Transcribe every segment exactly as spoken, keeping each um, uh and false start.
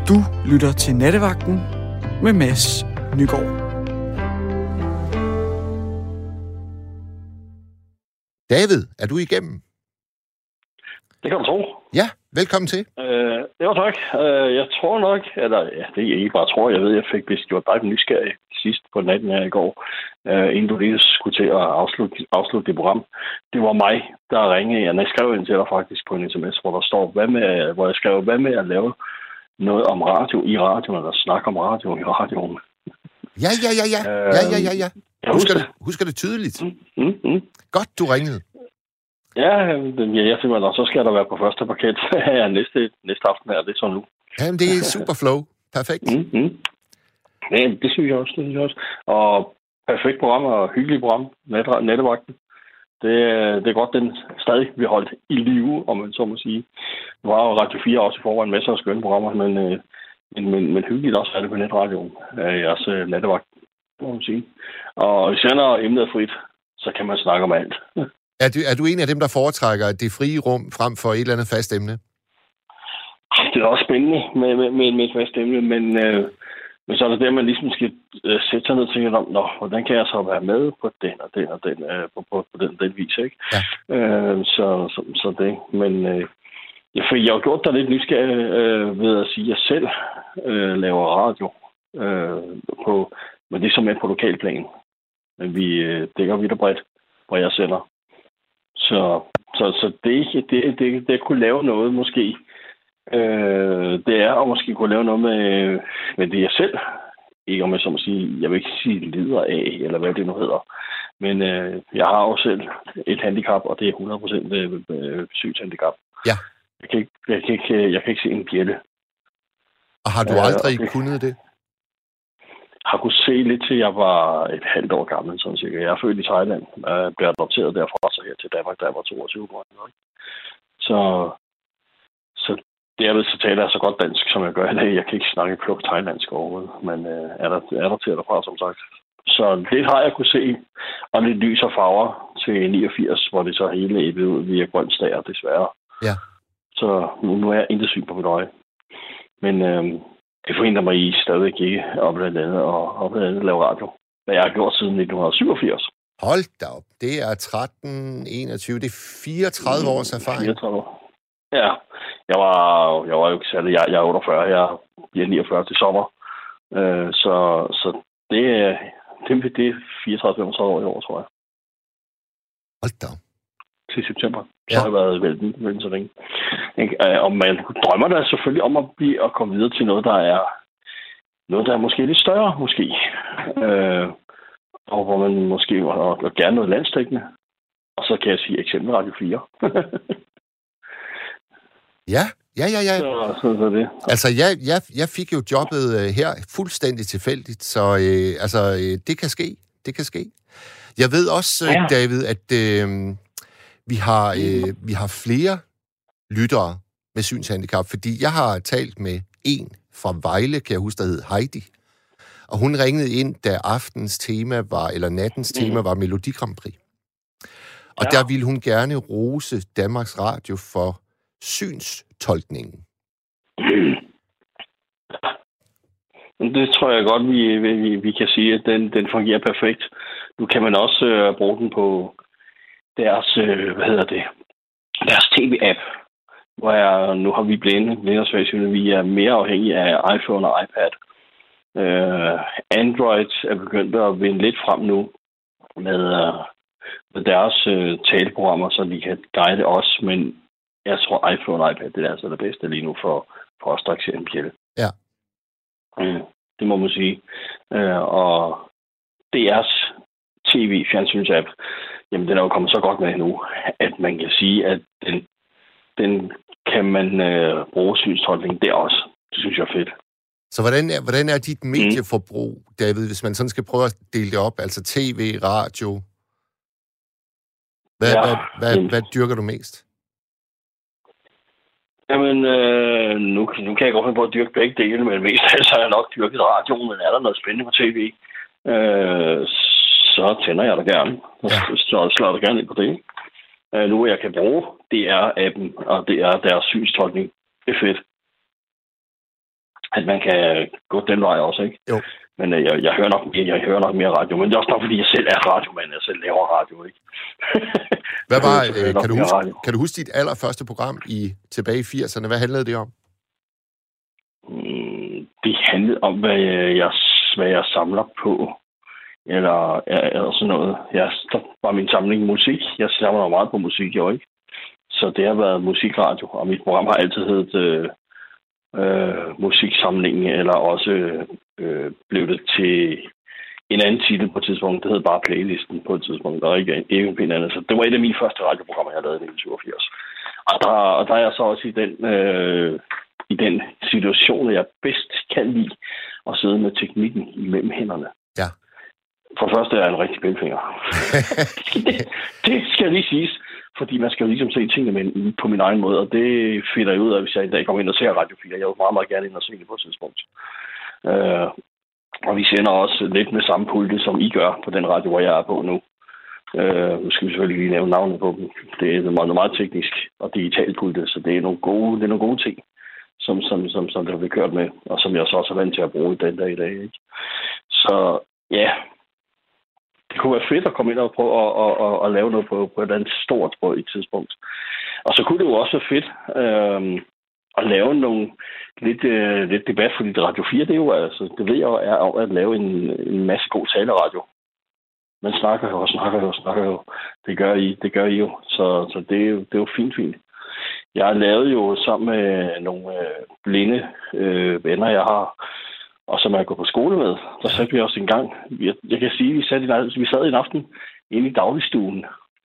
Du lytter til Nattevagten med Mads Nygaard. David, er du igennem? Det kan du tro. Ja, velkommen til. Øh, jo, tak. Øh, jeg tror nok, eller ja, det er ikke bare tror, jeg ved, jeg fik vist gjort dig nysgerrig sidst på natten her i går, øh, inden du lige skulle til at afslutte, afslutte det program. Det var mig, der ringede. Jeg skrev ind til dig faktisk på en sms, hvor der står, hvad med, hvor jeg skrev, hvad med at lave noget om radio i radioen, eller snakke om radio i radioen. Ja, ja, ja, ja. Øh, ja, ja, ja, ja. Jeg Husker, husker det, husker det tydeligt. Mm, mm, mm. Godt, du ringede. Ja, ja, jeg tænker, så skal der være på første parket ja, næste, næste aften er det så nu. Jamen, det er super flow. Perfekt. Mm, mm. Ja, det synes jeg også, det synes jeg også. Og perfekt program og hyggeligt program, Net- Nattevagten. Det, det er godt, den stadig bliver holdt i live, om man så må sige. Det var jo Radio fire også i forvejen masser af skønne programmer, men, men, men, men hyggeligt også er det på netradioen. Jeres nattevagt, må man sige. Og hvis jeg er emnet frit, så kan man snakke om alt. Er du, er du en af dem, der foretrækker det frie rum frem for et eller andet fast emne? Det er også spændende med, med, med, med et fast emne, men, øh, men så er det der, man ligesom skal øh, sætte sig ned og tænke om, nå, hvordan kan jeg så være med på den og den og den, øh, på, på, på den, den vis, ikke? Ja. Øh, så, så, så det. Men øh, jeg, jeg har gjort dig lidt nysgerrig øh, ved at sige, at jeg selv øh, laver radio, øh, på, men det er som er på lokalplan. Men vi øh, dækker vidt og bredt, hvor jeg sender. Så, så, så det, det, det, det kunne lave noget måske. Øh, det er at måske kunne lave noget med, med det jeg selv. Ikke om jeg så må sige, jeg vil ikke sige lider af, eller hvad det nu hedder. Men øh, jeg har jo selv et handicap, og det er hundrede procent øh, synshandicap. Ja. Jeg kan, ikke, jeg, kan ikke, jeg kan ikke se en bjælle. Og har du aldrig øh, kunnet det? Jeg har kunnet se lidt til, jeg var et halvt år gammel, sådan cirka. Jeg er født i Thailand. Jeg blev adopteret derfra så her til Danmark, da jeg var toogtyve år. Så, så derved så taler jeg så godt dansk, som jeg gør i dag. Jeg kan ikke snakke pluk thailandsk overhovedet, men øh, er der er der til derfra, som sagt. Så det har jeg kunne se, og lidt lys og farver til niogfirs, hvor det så hele er ud via grøn stager, desværre. Ja. Så nu, nu er jeg intet syn på mit øje. Men øh, det forhindrer mig i stadigvæk ikke at blandt andet, og, og blandt andet lave radio, hvad jeg har gjort siden nitten syvogfirs. Hold da op. Det er tretten, enogtyve, det er fireogtredive års erfaring. fireogtredive år. Ja, jeg var, jeg var jo ikke særlig, jeg, jeg er otteogfyrre, jeg bliver niogfyrre til sommer. Øh, så, så det, det, det er fireogtredive til femogtredive år i år, tror jeg. Hold da op. Til september. Så Ja. har jeg været vældig, vældig så længe. Og man drømmer da selvfølgelig om at blive at komme videre til noget, der er noget, der er måske lidt større, måske. Øh, og hvor man måske og, og gerne noget landstækkende. Og så kan jeg sige eksempel Radio fire. Ja, ja, ja, ja. så, så, så det. Altså, jeg, jeg, jeg fik jo jobbet øh, her fuldstændig tilfældigt, så øh, altså, øh, det kan ske. Det kan ske. Jeg ved også, øh, Ja. David, at øh, vi, har, øh, vi har flere lyttere med synshandicap, fordi jeg har talt med en fra Vejle, kan jeg huske, der hed Heidi. Og hun ringede ind, da aftens tema var, eller nattens Mm. tema var Melodi Grand Prix. Og Ja. der ville hun gerne rose Danmarks Radio for synstolkningen. Det tror jeg godt, vi, vi, vi kan sige, at den, den fungerer perfekt. Nu kan man også øh, bruge den på deres, øh, hvad hedder det, deres tv-app. Hvor jeg, nu har vi blinde, blinde og svagsynede, vi er mere afhængige af iPhone og iPad. Øh, Android er begyndt at vinde lidt frem nu med, øh, med deres øh, taleprogrammer, så de kan guide os, men jeg tror, iPhone og iPad det er altså det bedste lige nu for, for os, der ikke ser en bjælle. Ja. Mm, det må man sige. Øh, og D R's tv-fjernsynsapp, jamen den er jo kommet så godt med nu, at man kan sige, at den, den kan man øh, bruge synstolkning der også. Det synes jeg er fedt. Så hvordan er, hvordan er dit medieforbrug, David, hvis man sådan skal prøve at dele det op? Altså tv, radio. Hvad, Ja, hvad, hvad, men- hvad dyrker du mest? Jamen, øh, nu, nu kan jeg godt finde på at dyrke begge dele, men mest af alt så har jeg nok dyrket radioen, men er der noget spændende på tv, øh, så tænder jeg da gerne. Ja. Så slår jeg da gerne ind på det. Øh, nu, jeg kan bruge, det er appen, og det er deres synstolkning. Det er fedt. at man kan gå den vej også, ikke? Jo. Men øh, jeg, jeg, hører nok mere, jeg hører nok mere radio, men det er også nok, fordi jeg selv er radiomand, jeg selv laver radio, ikke? Hvad var, øh, kan, du huske, kan du huske dit allerførste program i tilbage i firserne? Hvad handlede det om? Mm, det handlede om, hvad jeg, hvad jeg samler på, eller, eller sådan noget. Jeg, der var min samling musik. Jeg samler meget på musik, jo, ikke? Så det har været musikradio, og mit program har altid heddet øh, øh, musiksamlingen, eller også øh, blev det til en anden titel på et tidspunkt. Det hed bare Playlisten på et tidspunkt, der er ikke en en anden. Så det var et af mine første radioprogrammer, jeg lavede i nitten syvogfirs. Og der, og der er jeg så også i den, øh, i den situation, at jeg bedst kan lide at sidde med teknikken imellem hænderne. Ja. For det første er jeg en rigtig pælfinger. det, det skal lige siges. Fordi man skal jo ligesom se tingene på min egen måde, og det finder jeg ud af, hvis jeg en dag kommer ind og ser Radio fire. Jeg vil meget, meget gerne ind og se det på et tidspunkt. Øh, og vi sender også lidt med samme pulte, som I gør på den radio, hvor jeg er på nu. Øh, nu skal vi selvfølgelig lige nævne navnet på dem. Det er meget, meget teknisk og digital pulte, så det er nogle gode, det er nogle gode ting, som, som, som, som det har vi kørt med, og som jeg så også er vant til at bruge den dag i dag. Ikke? Så ja... Det kunne være fedt at komme ind og prøve at, at, at, at lave noget på, på et andet stort på et tidspunkt. Og så kunne det jo også være fedt øh, at lave nogle lidt, øh, lidt debat, fordi Radio fire, det er jo, altså, det ved jeg jo, er om at lave en, en masse god taleradio. Man snakker jo og snakker jo og snakker jo. Det gør I, det gør I jo. Så, så det, er jo, det er jo fint, fint. Jeg har lavet jo sammen med nogle øh, blinde øh, venner, jeg har, og som jeg går på skole med, der satte vi også en gang. Jeg, jeg kan sige, at vi, satte, vi sad en aften inde i dagligstuen.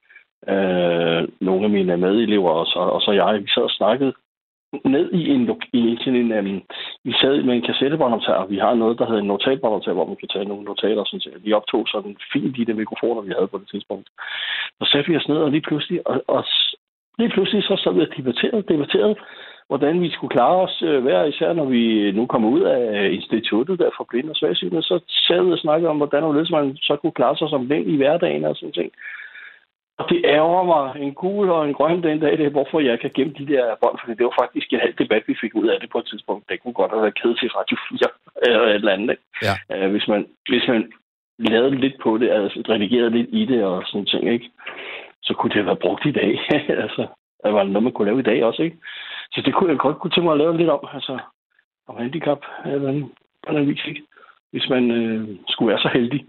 Øh, nogle af mine medelever og så, og så jeg, vi sad og snakkede ned i en, i sådan en um, vi sad med en kassettebåndoptager. Vi har noget, der hedder en notatbåndoptager, hvor man kan tage nogle notater. Sådan set. Vi optog sådan fint de der mikrofoner, vi havde på det tidspunkt. Så satte vi os ned, og lige pludselig, og, og lige pludselig så sad vi og debatterede, debatterede, hvordan vi skulle klare os øh, hver især, når vi nu kommer ud af instituttet der for blinde og svagsynede. Så sad vi og snakkede om, hvordan man så kunne klare sig som blind i hverdagen og sådan ting. Og det ærger mig en gul og en grøn den dag, det er, hvorfor jeg kan gemme de der bånd, for det var faktisk en halv debat, vi fik ud af det på et tidspunkt. Det kunne godt have været kædet til Radio fire eller et eller andet. Ja. Uh, hvis, man, hvis man lavede lidt på det, altså redigerede lidt i det og sådan ting, ikke? Så kunne det have været brugt i dag. altså, det var noget, man kunne lave i dag også, ikke? Så det kunne jeg godt kunne tænke mig at lave lidt om, altså om handicap eller andet, på den vis, ikke? Hvis man øh, skulle være så heldig.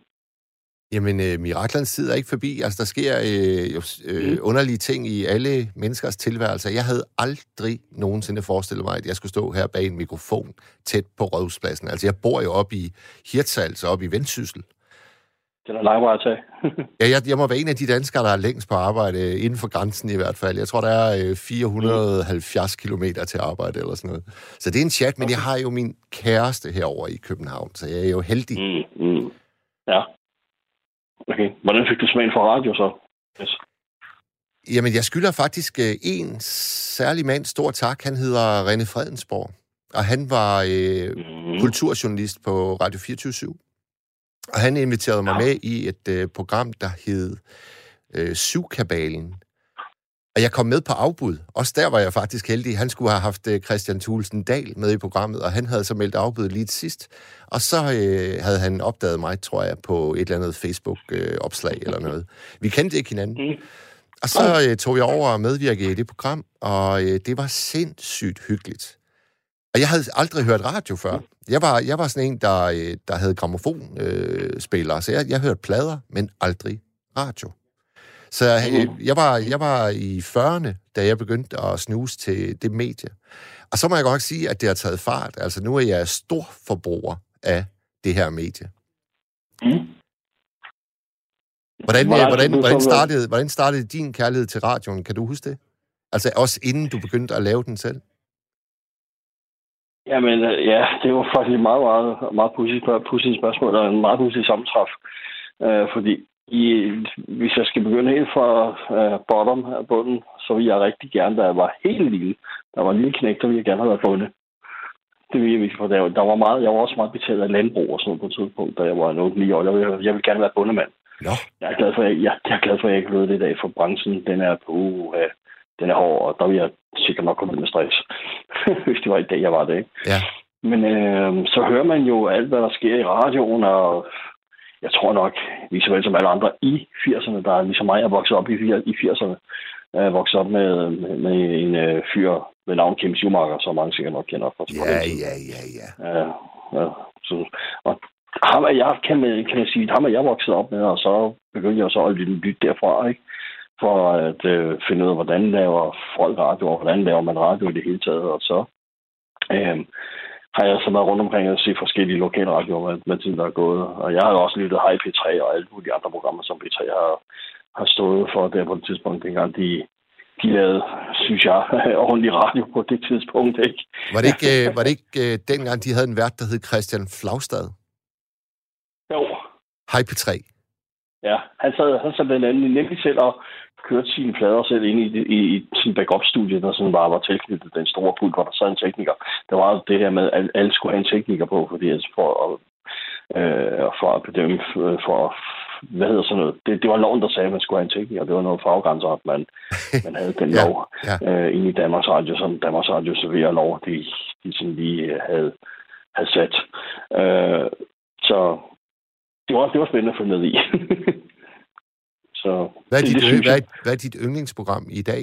Jamen, øh, miraklernes tid er ikke forbi. Altså, der sker øh, øh, mm. underlige ting i alle menneskers tilværelser. Jeg havde aldrig nogensinde forestillet mig, at jeg skulle stå her bag en mikrofon tæt på Rådhuspladsen. Altså, jeg bor jo oppe i Hirtshals, oppe i Vendsyssel. Det er lang vej at tage. ja, jeg, jeg må være en af de danskere, der er længst på arbejde, inden for grænsen i hvert fald. Jeg tror, der er øh, fire hundrede og halvfjerds kilometer til arbejde eller sådan noget. Så det er en chat, men okay. Jeg har jo min kæreste herovre i København, så jeg er jo heldig. Mm, mm. Ja. Okay. Hvordan fik du smagen for radio så? Yes. Jamen, jeg skylder faktisk øh, en særlig mand stor tak. Han hedder René Fredensborg, og han var øh, mm. kulturjournalist på Radio fireogtyve syv. Og han inviterede mig ja. med i et øh, program, der hed øh, Syvkabalen. Og jeg kom med på afbud. Også der var jeg faktisk heldig. Han skulle have haft øh, Christian Thulesen Dahl med i programmet, og han havde så meldt afbud lige til sidst. Og så øh, havde han opdaget mig, tror jeg, på et eller andet Facebook-opslag øh, eller noget. Vi kendte ikke hinanden. Mm. Og så øh, tog jeg over og medvirkede i det program, og øh, det var sindssygt hyggeligt. Og jeg havde aldrig hørt radio før. Jeg var, jeg var sådan en, der, der havde grammofonspillere, øh, så jeg, jeg hørte plader, men aldrig radio. Så øh, jeg, var, jeg var i fyrrerne, da jeg begyndte at snuse til det medie. Og så må jeg godt sige, at det har taget fart. Altså nu er jeg stor forbruger af det her medie. Mm. Hvordan, øh, hvordan, hvordan, startede, hvordan startede din kærlighed til radioen? Kan du huske det? Altså også inden du begyndte at lave den selv? Jamen, ja, det var faktisk et meget, meget, meget pudsigt spørgsmål, og en meget pudsigt sammentræf. Uh, fordi i, hvis jeg skal begynde helt fra uh, bottom af bunden, så ville jeg rigtig gerne, da jeg var helt lille. Der var en lille knægt, der ville jeg gerne have været bundet. Det ville jeg virkelig, for der, der var meget, jeg var også meget betalt af landbrug og sådan noget på et tidspunkt, da jeg var otte ni år. Jeg ville, jeg ville gerne være bundemand. Ja. Jeg er glad for, at jeg, jeg, jeg er glad for, at jeg ikke ved det i dag, for branchen, den er på... Uh, Den er hård, og der vil jeg sikkert nok komme ud med stress, hvis det var i dag, jeg var det, ikke? Ja. Men øh, så hører man jo alt, hvad der sker i radioen, og jeg tror nok, lige så vel som alle andre i firserne, der er ligesom mig, er vokset op i firserne, er vokset op med, med, med en øh, fyr ved navn Kim Schumacher, som mange sikkert nok kender fra. Ja, ja, ja, ja. Ja, ja. Så, og ham er jeg, kan man, kan man sige, ham er jeg vokset op med, og så begyndte jeg så at lytte, lytte derfra, ikke? For at øh, finde ud af, hvordan laver folk radio, og hvordan laver man radio i det hele taget, og så øh, har jeg så været rundt omkring og set forskellige lokale radioer med, med tiden, der er gået. Og jeg har jo også lyttet Hej P tre og alle de andre programmer, som P tre har, har stået for der på det tidspunkt, dengang de, de lavede, synes jeg, ordentlig radio på det tidspunkt, ikke? Var det ikke, øh, var det ikke øh, dengang, de havde en vært, der hed Christian Flagstad? Jo. Hej P tre. Ja, han sad, han sad blandt andet nemlig selv og kørte sine plader selv ind i, i, i sin backup-studie, der sådan bare var tilknyttet den store pult, hvor der sad en tekniker. Der var det her med, at alle skulle have en tekniker på, fordi altså for at, øh, for at bedømme, for hvad hedder sådan noget. Det, det var loven, der sagde, at man skulle have en tekniker. Det var noget faggrænser, at man, man havde den ja, lov ja. øh, inde i Danmarks Radio, som Danmarks Radio serverer lov, de, de sådan lige havde, havde sat. Øh, så det var, det var spændende at følge med i. Så, hvad, er det, dit, det, hvad, er, hvad er dit yndlingsprogram i dag?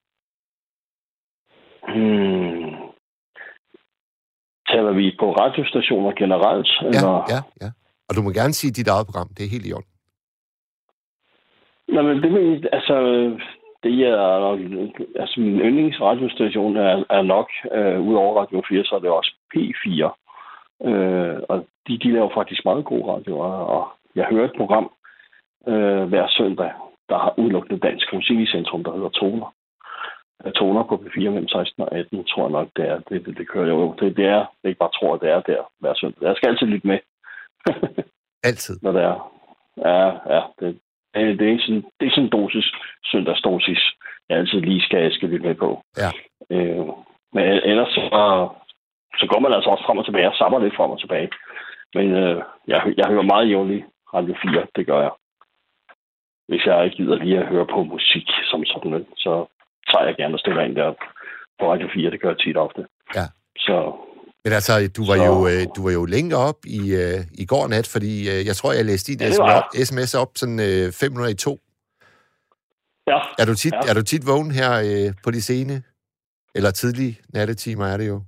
Hmm. Taler vi på radiostationer generelt? Ja, eller? ja, ja. Og du må gerne sige dit eget program. Det er helt i orden. Nå, men det med, altså, det er nok, altså min yndlingsradiostation er, er nok, øh, ud over Radio fire, så er det også P fire. Øh, og de, de laver faktisk meget gode radioer, og jeg hører et program øh, hver søndag, der har udelukkende dansk musik i centrum, der hedder Toner. Toner på P fire mellem seksten og atten, tror jeg nok, det er. Det, det, det kører jo. Det, det er, det er ikke bare tror, det er der hver søndag. Jeg skal altid lytte med. Altid? Når det er. Ja, ja. Det, det, det er sådan, det er sådan en dosis, søndagsdosis, jeg altid lige skal, skal lytte med på. Ja. Øh, men ellers så, så går man altså også frem og tilbage og samler lidt frem og tilbage. Men øh, jeg, jeg hører meget jævnligt Radio fire, det gør jeg. Hvis jeg ikke gider lige at høre på musik som sådan, så tager jeg gerne og stiller ind der på Radio fire. Det gør jeg tit ofte. Ja. Så, Men altså, du var, så, jo, du var jo længe op i, uh, i går nat, fordi uh, jeg tror, jeg læste din ja, sms op sådan uh, fem minutter i to. Ja. Er du tit, ja. er du tit vågen her uh, på de sene? Eller tidlige nattetimer er det jo?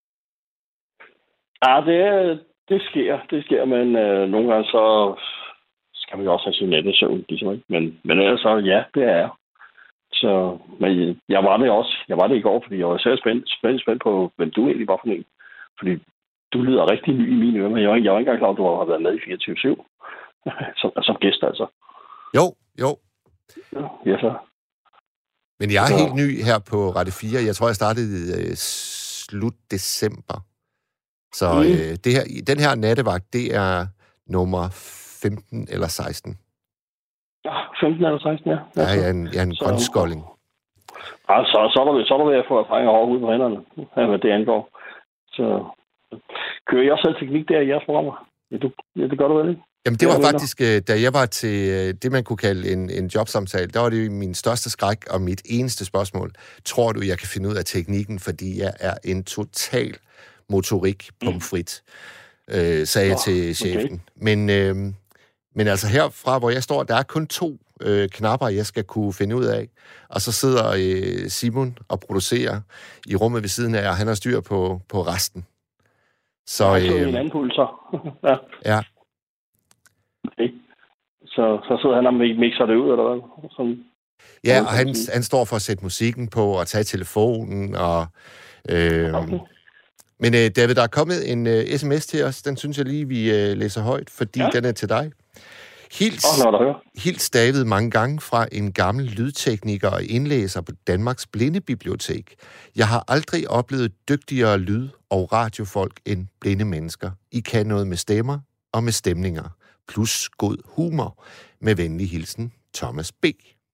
Ja, det, det sker. Det sker, men uh, nogle gange så skal man jo også have sin nattesøvn, ligesom, ikke? Men, men ellers så, ja, det er jeg. Så, men jeg var det også. Jeg var det i går, fordi jeg var selv spændt, spændt, spændt på, hvem du egentlig var for en. Fordi du lyder rigtig ny i mine ører, men jeg var, jeg var ikke engang klar, at du har været med i fireogtyve syv. som, som gæst, altså. Jo, jo. Ja, ja så. Men jeg er så. helt ny her på Radio fire. Jeg tror, jeg startede i øh, slut december. Så mm. øh, det her, den her nattevagt, det er nummer femten eller seksten. Ja, femten eller seksten, ja. Ja, jeg er en, jeg er en så, grønskolding. Ja, så, så, er der, så er der ved at få erfaring over ud på hænderne, hvad det angår. Så kører jeg også selv teknik der i jeres programmer? Ja, du, ja, det gør du vel, ikke? Jamen, det var faktisk, da jeg var til det, man kunne kalde en, en jobsamtale, der var det min største skræk og mit eneste spørgsmål. Tror du, jeg kan finde ud af teknikken, fordi jeg er en total motorik pomfrit, øh, sagde jeg oh, til chefen. Okay. Men, øh, men altså herfra, hvor jeg står, der er kun to øh, knapper, jeg skal kunne finde ud af. Og så sidder øh, Simon og producerer i rummet ved siden af, og han har styr på, på resten. Så, øh, så en anden pulser. ja. Ja. Okay. Så, så sidder han og mixer det ud, eller hvad? Sådan. Ja, og han, han står for at sætte musikken på og tage telefonen. Og, øh, okay. Men øh, David, der er kommet en øh, sms til os. Den synes jeg lige, vi øh, læser højt, fordi ja. den er til dig. Helt, oh, helt stavet mange gange fra en gammel lydtekniker og indlæser på Danmarks Blindebibliotek. Jeg har aldrig oplevet dygtigere lyd- og radiofolk end blinde mennesker. I kan noget med stemmer og med stemninger. Plus god humor. Med venlig hilsen, Thomas B.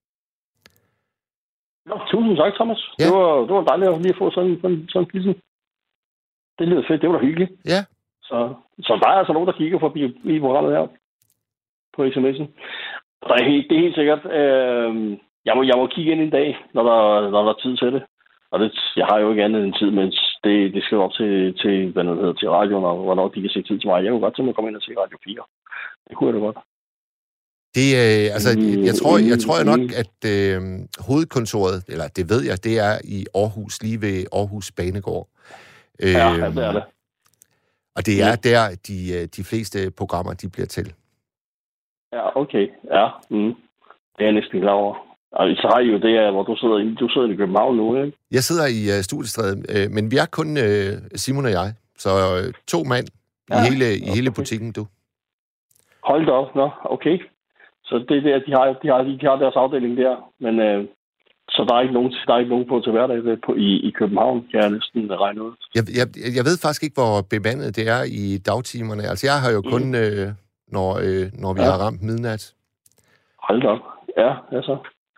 Nå, tusind tak, Thomas. Ja. Det, var, det var dejligt at lige få sådan, sådan, sådan hilsen. Det lyder fedt. Det var da hyggeligt. Ja. Så, så der er altså nogen, der kigger forbi i programmet her på sms'en. Der er helt, det er helt sikkert. Øh, jeg, må, jeg må kigge ind en dag, når der, når der er tid til det. Og det, jeg har jo ikke andet end tid, mens det, det skal op til, til, hvad det hedder, til radioen, og hvornår de kan se tid til mig. Jeg kunne godt tænke mig at komme ind og se Radio fire. Det kunne jeg da godt. Det, øh, altså, jeg tror, jeg tror nok, at øh, hovedkontoret, eller det ved jeg, det er i Aarhus, lige ved Aarhus Banegård. Øh, ja, ja, det er det. Og det er der, de, de fleste programmer, de bliver til. Ja, okay. Ja, mm. Det er jeg næsten klar over. Og i radio, det er, hvor du sidder i, du sidder i København nu, ikke? Jeg sidder i uh, Studiestræde, uh, men vi er kun uh, Simon og jeg. Så uh, to mand ja, i hele, i hele butikken, du. Hold da op, nå, okay. Så det er der, de har, de har, de har deres afdeling der, men uh, så der er ikke nogen, der er ikke nogen på til hverdag på, i, i København, kan jeg næsten regne ud. Jeg, jeg, jeg ved faktisk ikke, hvor bemandet det er i dagtimerne. Altså, jeg har jo kun, mm. øh, når, øh, når vi ja. har ramt midnat. Hold da op. Ja, altså.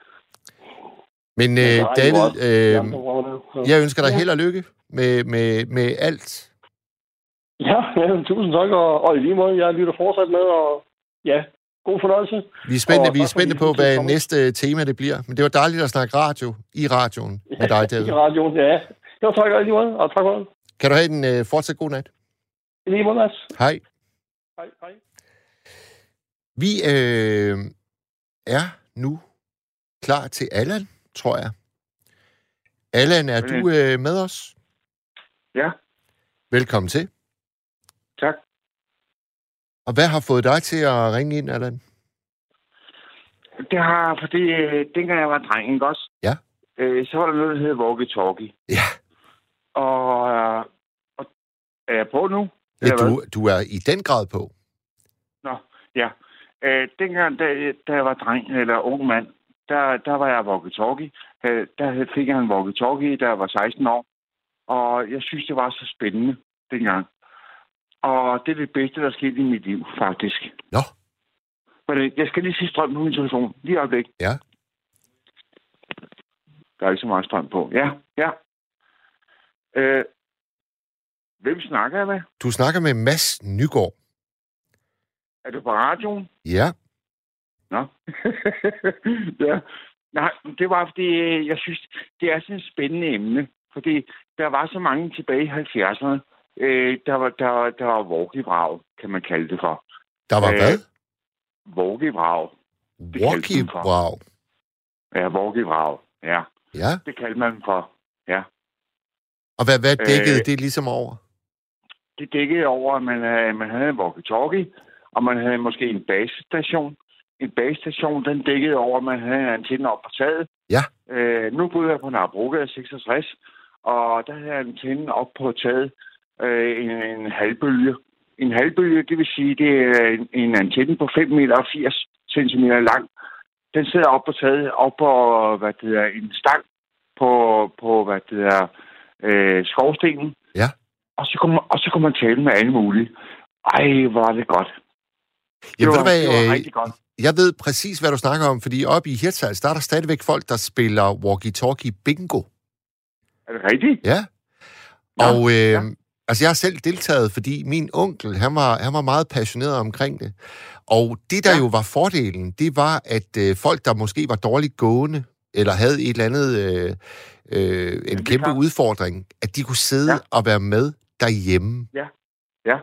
Men øh, David, øh, jeg ønsker dig ja. held og lykke med, med, med alt. Ja, ja, tusind tak, og, og i lige måde, jeg lytter fortsat med, og ja, god fornøjelse. Vi er spændte, vi er spændte på, hvad næste tema det bliver. Men det var dejligt at snakke radio i radioen med dig, David. I radioen, ja. Jo, tak og i lige måde, og tak for det. Kan du have en øh, fortsat god nat? I lige måde, Mads. Hej. Hej, hej. Vi øh, er nu klar til Allan, tror jeg. Allan, er du øh, med os? Ja. Velkommen til. Tak. Og hvad har fået dig til at ringe ind, Allan? Det har, fordi øh, dengang jeg var dreng, ikke også? Ja. Øh, så var der noget, der hed walkie-talkie. Ja. Og, og er jeg på nu? Ja, du, du er i den grad på. Nå, ja. Øh, dengang, da, da jeg var dreng, eller ung mand, der, der var jeg walkie-talkie. Der fik jeg en walkie-talkie, da jeg var seksten år. Og jeg synes, det var så spændende dengang. Og det er det bedste, der skete i mit liv, faktisk. Nå. Men jeg skal lige sige strøm på min telefon. Lige øjeblik. Ja. Der er ikke så meget strøm på. Ja, ja. Øh, hvem snakker jeg med? Du snakker med Mads Nygaard. Er du på radioen? Ja. Nå. Ja. Nej, det var fordi, jeg synes, det er sådan et spændende emne. Fordi der var så mange tilbage i halvfjerdserne, øh, der var, der, der var walkie-vrag, kan man kalde det for. Der var øh, hvad? Walkie-vrag. Walkie-vrag? Ja, walkie-vrag, ja. Ja. Det kaldte man for, ja. Og hvad, hvad dækkede øh, det ligesom over? Det dækkede over, at man havde, man havde en walkie-talkie, og man havde måske en basestation. En basestation, den dækkede over, at man havde en antenne op på taget. Ja. Øh, nu boede jeg på Nørrebrogade seksogtres, og der havde jeg antennen op på taget øh, en, en halvbølge. En halvbølge, det vil sige, det er en, en antenne på fem meter og firs centimeter lang. Den sidder op på taget, op på, hvad det er, en stang på, på hvad det er, øh, skorstenen. Ja. Og så, kunne man, og så kunne man tale med alle mulige. Ej, hvor var det godt. Ja, det, var, hvad, det var rigtig godt. Jeg ved præcis, hvad du snakker om, fordi oppe i Hirtshals, der er der stadigvæk folk, der spiller walkie-talkie bingo. Er det rigtigt? Ja. Ja. Og øh, ja. altså, jeg har selv deltaget, fordi min onkel, han var, han var meget passioneret omkring det. Og det, der ja. jo var fordelen, det var, at øh, folk, der måske var dårligt gående, eller havde et eller andet, øh, øh, en ja, kæmpe udfordring, at de kunne sidde ja. og være med derhjemme. Ja, ja.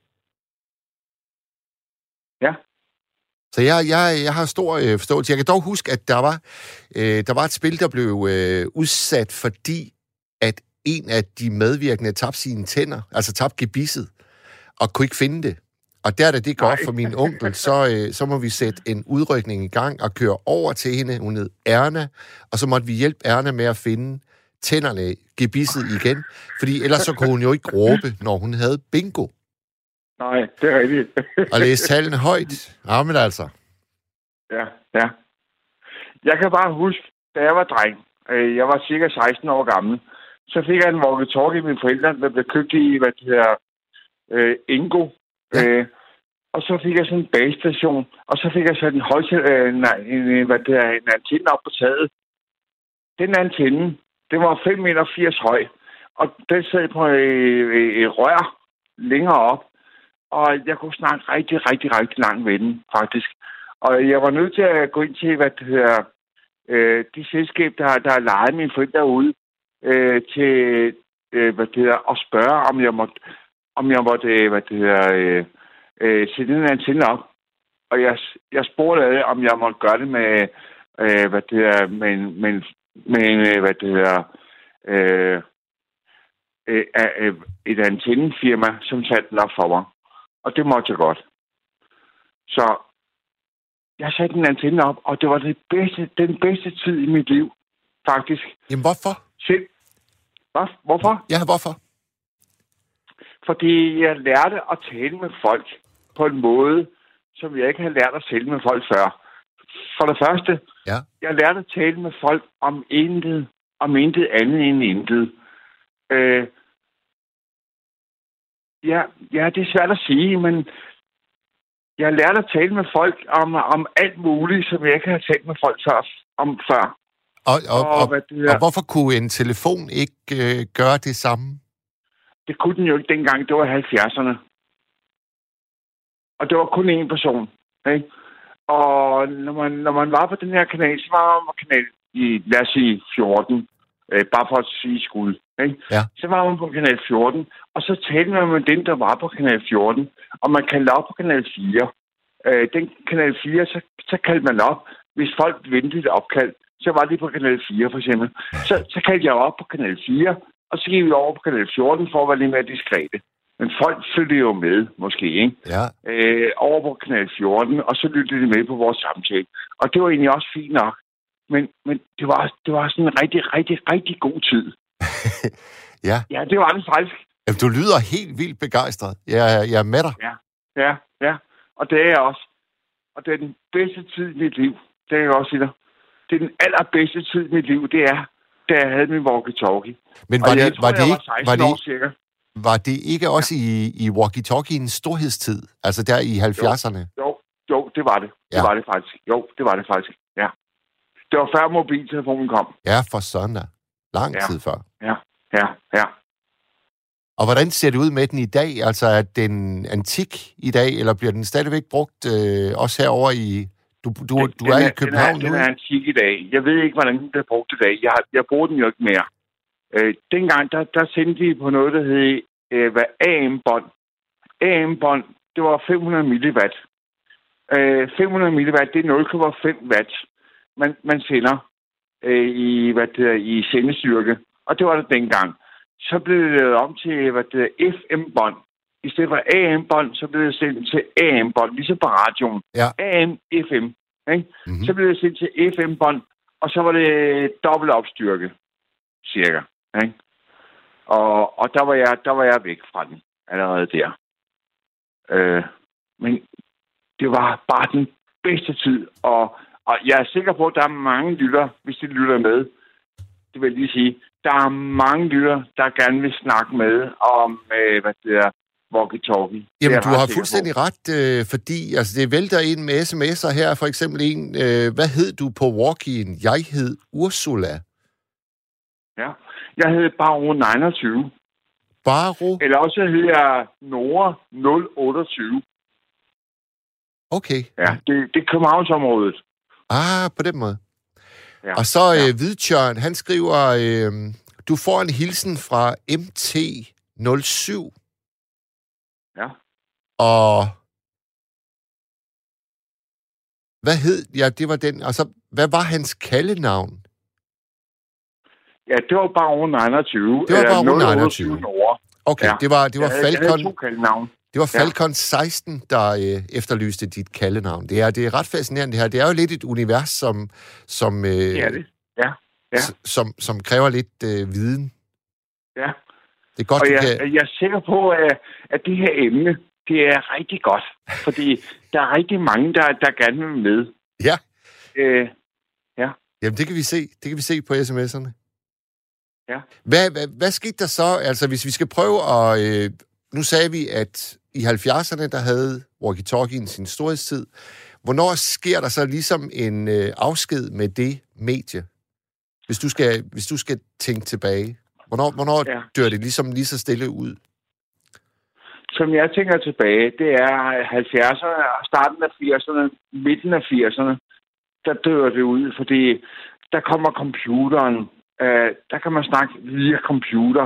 Ja. Så jeg, jeg, jeg har stor øh, forståelse. Jeg kan dog huske, at der var, øh, der var et spil, der blev øh, udsat, fordi at en af de medvirkende tabte sine tænder, altså tabte gebisset, og kunne ikke finde det. Og der, da det går op for min onkel, så, øh, så må vi sætte en udrykning i gang og køre over til hende. Hun hed Erna, og så måtte vi hjælpe Erna med at finde tænderne, gebisset igen. Fordi ellers så kunne hun jo ikke råbe, når hun havde bingo. Nej, det er rigtigt. Og læse tallene højt. Ja, men altså. Ja, ja. Jeg kan bare huske, da jeg var dreng, jeg var cirka seksten år gammel, så fik jeg en walkie-talkie i mine forældre, der blev købt i, hvad det hedder, øh, Ingo. Ja. Øh, og så fik jeg sådan en basestation, og så fik jeg sådan en højtal, øh, nej, en, hvad det er, en antenne op på taget. Den antenne, den var fem meter og firs høj, og den sad på et, et rør længere op, og jeg kunne snakke rigtig, rigtig, rigtig langt ved den, faktisk. Og jeg var nødt til at gå ind til, hvad det hedder, øh, de selskab, der, der har lejet mine forældre ude, øh, til, øh, hvad det hedder, at spørge, om jeg måtte, om jeg måtte øh, hvad det hedder, øh, øh, sætte den antenne op. Og jeg, jeg spurgte af, om jeg måtte gøre det med, øh, hvad det hedder, med, med, med hvad det hedder, øh, øh, øh, et antennefirma, som satte den op for mig. Og det måtte jeg godt. Så jeg satte en antenne op, og det var det bedste, den bedste tid i mit liv, faktisk. Jamen, hvorfor? Selv. Hvad? Hvorfor? Ja, hvorfor? Fordi jeg lærte at tale med folk på en måde, som jeg ikke havde lært at tale med folk før. For det første, ja. jeg lærte at tale med folk om intet, om intet andet end intet. Øh, ja, ja, det er svært at sige, men jeg lærte at tale med folk om, om alt muligt, som jeg ikke havde talt med folk før, om før. Og, og, og, og, og, og hvorfor kunne en telefon ikke øh, gøre det samme? Det kunne den jo ikke dengang. Det var halvfjerdserne. Og det var kun én person. Ikke? Og når man, når man var på den her kanal, så var man på kanal i, lad os sige, fjorten. Øh, bare for at sige skud. Ikke? Ja. Så var man på kanal fjorten, og så talte man med den, der var på kanal fjorten. Og man kaldte op på kanal fire. Øh, den kanal fire, så, så kaldte man op, hvis folk ventede et opkald. Så var det på kanal fire, for eksempel. Så, så kaldte jeg op på kanal fire, og så gik vi over på kanal fjorten for at være lidt mere diskrete. Men folk følte jo med, måske, ikke? Ja. Øh, over på kanal fjorten, og så lyttede de med på vores samtale. Og det var egentlig også fint nok. Men, men det, var, det var sådan en rigtig, rigtig, rigtig god tid. ja. Ja, det var det faktisk. Jamen, du lyder helt vildt begejstret. Jeg, jeg er med dig. Ja, ja, ja. Og det er jeg også. Og det er den bedste tid i mit liv. Det er jeg også i dig. Det er den allerbedste tid i mit liv, det er, da jeg havde min walkie-talkie. Men var og det, jeg tror, var det jeg ikke, var seksten var det, år cirka. Var det ikke også ja. i, i walkie-talkiens storhedstid? Altså der i halvfjerdserne? Jo, jo, jo det var det. Ja. Det var det faktisk. Jo, det var det faktisk, ja. Det var før mobiltelefonen kom. Ja, for sådan da. Lang ja. tid før. Ja, ja, ja. Og hvordan ser det ud med den i dag? Altså er den antik i dag, eller bliver den stadigvæk brugt øh, også herovre i... Du, du, du er, er i København den er, nu? Den er antik i dag. Jeg ved ikke, hvordan den bliver brugt i dag. Jeg, jeg bruger den jo ikke mere. Øh, dengang, der, der sendte de på noget, der hed øh, hvad, A M-bånd. A M-bånd, det var fem hundrede milliwatt. Øh, fem hundrede milliwatt, det er nul komma fem watt, man, man sender øh, i, hvad det hedder, i sendestyrke. Og det var det dengang. Så blev det lavet om til hvad det hedder, F M-bånd. I stedet for A M-bånd, så blev det sendt til A M-bånd, ligesom på radioen. Ja. A M, F M. Ikke? Mm-hmm. Så blev det sendt til F M-bånd, og så var det dobbelt opstyrke, cirka. Ikke? Og, og der, var jeg, der var jeg væk fra den, allerede der. Øh, men det var bare den bedste tid, og, og jeg er sikker på, at der er mange lytter, hvis de lytter med. Det vil jeg lige sige. Der er mange lytter, der gerne vil snakke med om, øh, hvad det er, walkie-talkie. Jamen, du har fuldstændig på. ret, øh, fordi altså, det vælter ind med sms'er her. For eksempel en, øh, hvad hed du på walkien? Jeg hed Ursula. Ja, jeg hed Baro niogtyve. Baro? Eller også hed jeg Nora nul otteogtyve. Okay. Ja, det, det er Københavnsområdet. Ah, på den måde. Ja. Og så øh, ja. Hvidtjørn, han skriver, øh, du får en hilsen fra M T nul syv. Ja. Og hvad hed, ja, det var den, og så, hvad var hans kaldenavn? Ja, det var Baro niogtyve. Det var Baro niogtyve. Okay, ja. det var, det var jeg Falcon. havde to kaldenavn. Det var Falcon ja. seksten, der øh, efterlyste dit kaldenavn. Det er, det er ret fascinerende det her. Det er jo lidt et univers, som, som, øh, det er det. Ja. Ja. som, som kræver lidt øh, viden. Ja. Det er godt, og jeg, kan... jeg er sikker på, at, at det her emne, det er rigtig godt. Fordi der er rigtig mange, der, der gerne vil med. Ja. Øh, ja. Jamen, det kan vi se. Det kan vi se på sms'erne. Ja. Hvad, hvad, hvad skete der så? Altså, hvis vi skal prøve at... Øh, nu sagde vi, at i halvfjerdserne, der havde walkie-talkien sin storhedstid. Hvornår sker der så ligesom en øh, afsked med det medie? Hvis du skal, hvis du skal tænke tilbage. Hvornår, hvornår ja. dør det ligesom lige så stille ud? Som jeg tænker tilbage, det er halvfjerdserne, starten af firserne, midten af firserne, der dør det ud, fordi der kommer computeren. Øh, der kan man snakke via computer,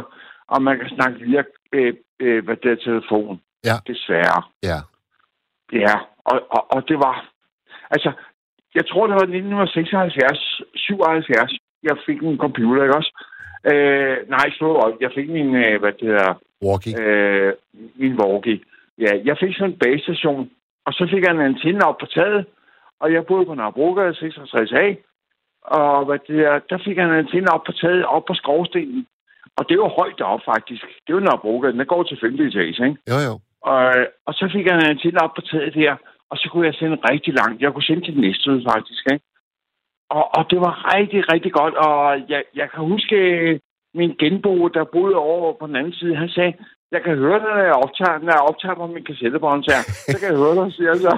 og man kan snakke via øh, øh, hvad det er, telefon. Ja. Desværre. Ja. Ja, og, og, og det var... Altså, jeg tror, det var nitten seksoghalvfjerds, syvoghalvfjerds, jeg fik en computer, ikke også? Øh, nej, slå jeg fik min, øh, hvad det hedder... Walkie. Øh, min walkie. Ja, jeg fik sådan en basestation, og så fik jeg en antenne op på taget, og jeg boede på Nørrebrogade seksogtres A, og hvad det er, der fik jeg en antenne op på taget, op på skorstenen. Og det var højt deroppe, faktisk. Det var Nørrebrogade, den går til femte etage, ikke? Jo, jo. Og, og så fik jeg en antenne op på taget der, og så kunne jeg sende rigtig langt. Jeg kunne sende til Næstved, faktisk, ikke? Og, og det var rigtig, rigtig godt, og jeg, jeg kan huske min genbo, der boede over på den anden side, han sagde, jeg kan høre dig, når jeg optager, når jeg optager på min kassettebånd, så så kan jeg høre dig, siger jeg så.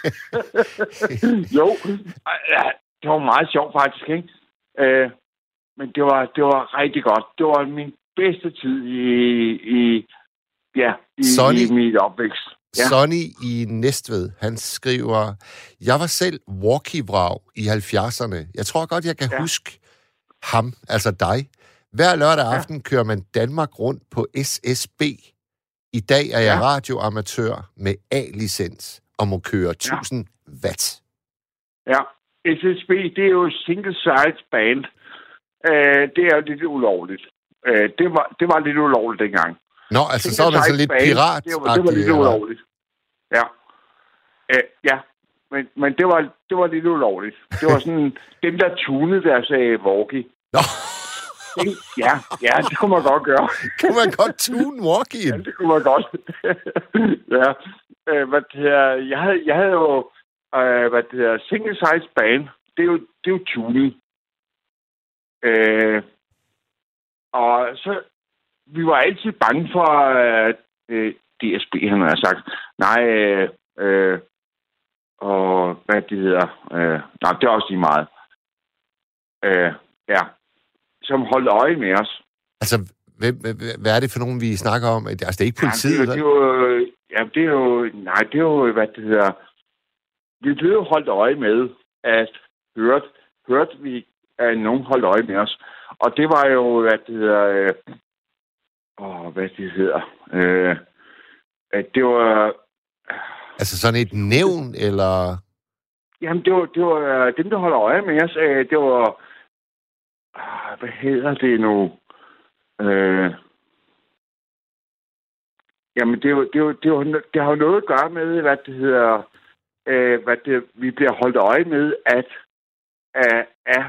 Jo, det var meget sjovt faktisk, ikke? Øh, men det var, det var rigtig godt. Det var min bedste tid i, i ja, i, i mit opvækst. Ja. Sonny i Næstved, han skriver, jeg var selv walkie-vrag i halvfjerdserne. Jeg tror godt, jeg kan ja. huske ham, altså dig. Hver lørdag aften ja. kører man Danmark rundt på S S B. I dag er jeg ja. radioamatør med A-licens og må køre tusind ja. watt. Ja, S S B, det er jo single side band. Uh, det er jo lidt ulovligt. Uh, det, var, det var lidt ulovligt dengang. Nå, altså single så er man så lidt pirat. Det var, det var lidt ulovligt. Ja. Uh, ja, men, men det, var, det var lidt ulovligt. Det var sådan, dem der tunede, der sagde walkie. Nå. Ja, ja, det kunne man godt gøre. Kunne man godt tune walkie? Ja, det kunne man godt. Ja. Uh, hvad det her, jeg, havde, jeg havde jo uh, hvad det her, single size band. Det er jo, det er jo tunet. Uh, og så vi var altid bange for uh, D S B, han har sagt. Nej, øh, øh, og hvad det hedder. Øh, nej, det er også lige meget. Øh, ja. Som holdt øje med os. Altså, hvad, hvad, hvad er det for nogen, vi snakker om? Altså, det er ikke politiet, ja, det, er, det er jo, ja, det er jo... Nej, det er jo, hvad det hedder... Vi blev jo holdt øje med, at hørt, hørt vi, at nogen holdt øje med os. Og det var jo, hvad det hedder... Øh, åh, hvad det hedder... Øh, at det var... Altså sådan et nævn, eller... Jamen, det var, det var dem, der holder øje med os. Øh, det var... Hvad hedder det nu? Øh, jamen, det, er jo, det, er jo, det, er jo, det har jo noget at gøre med, hvad det hedder... Øh, hvad det, vi bliver holdt øje med, at... At... at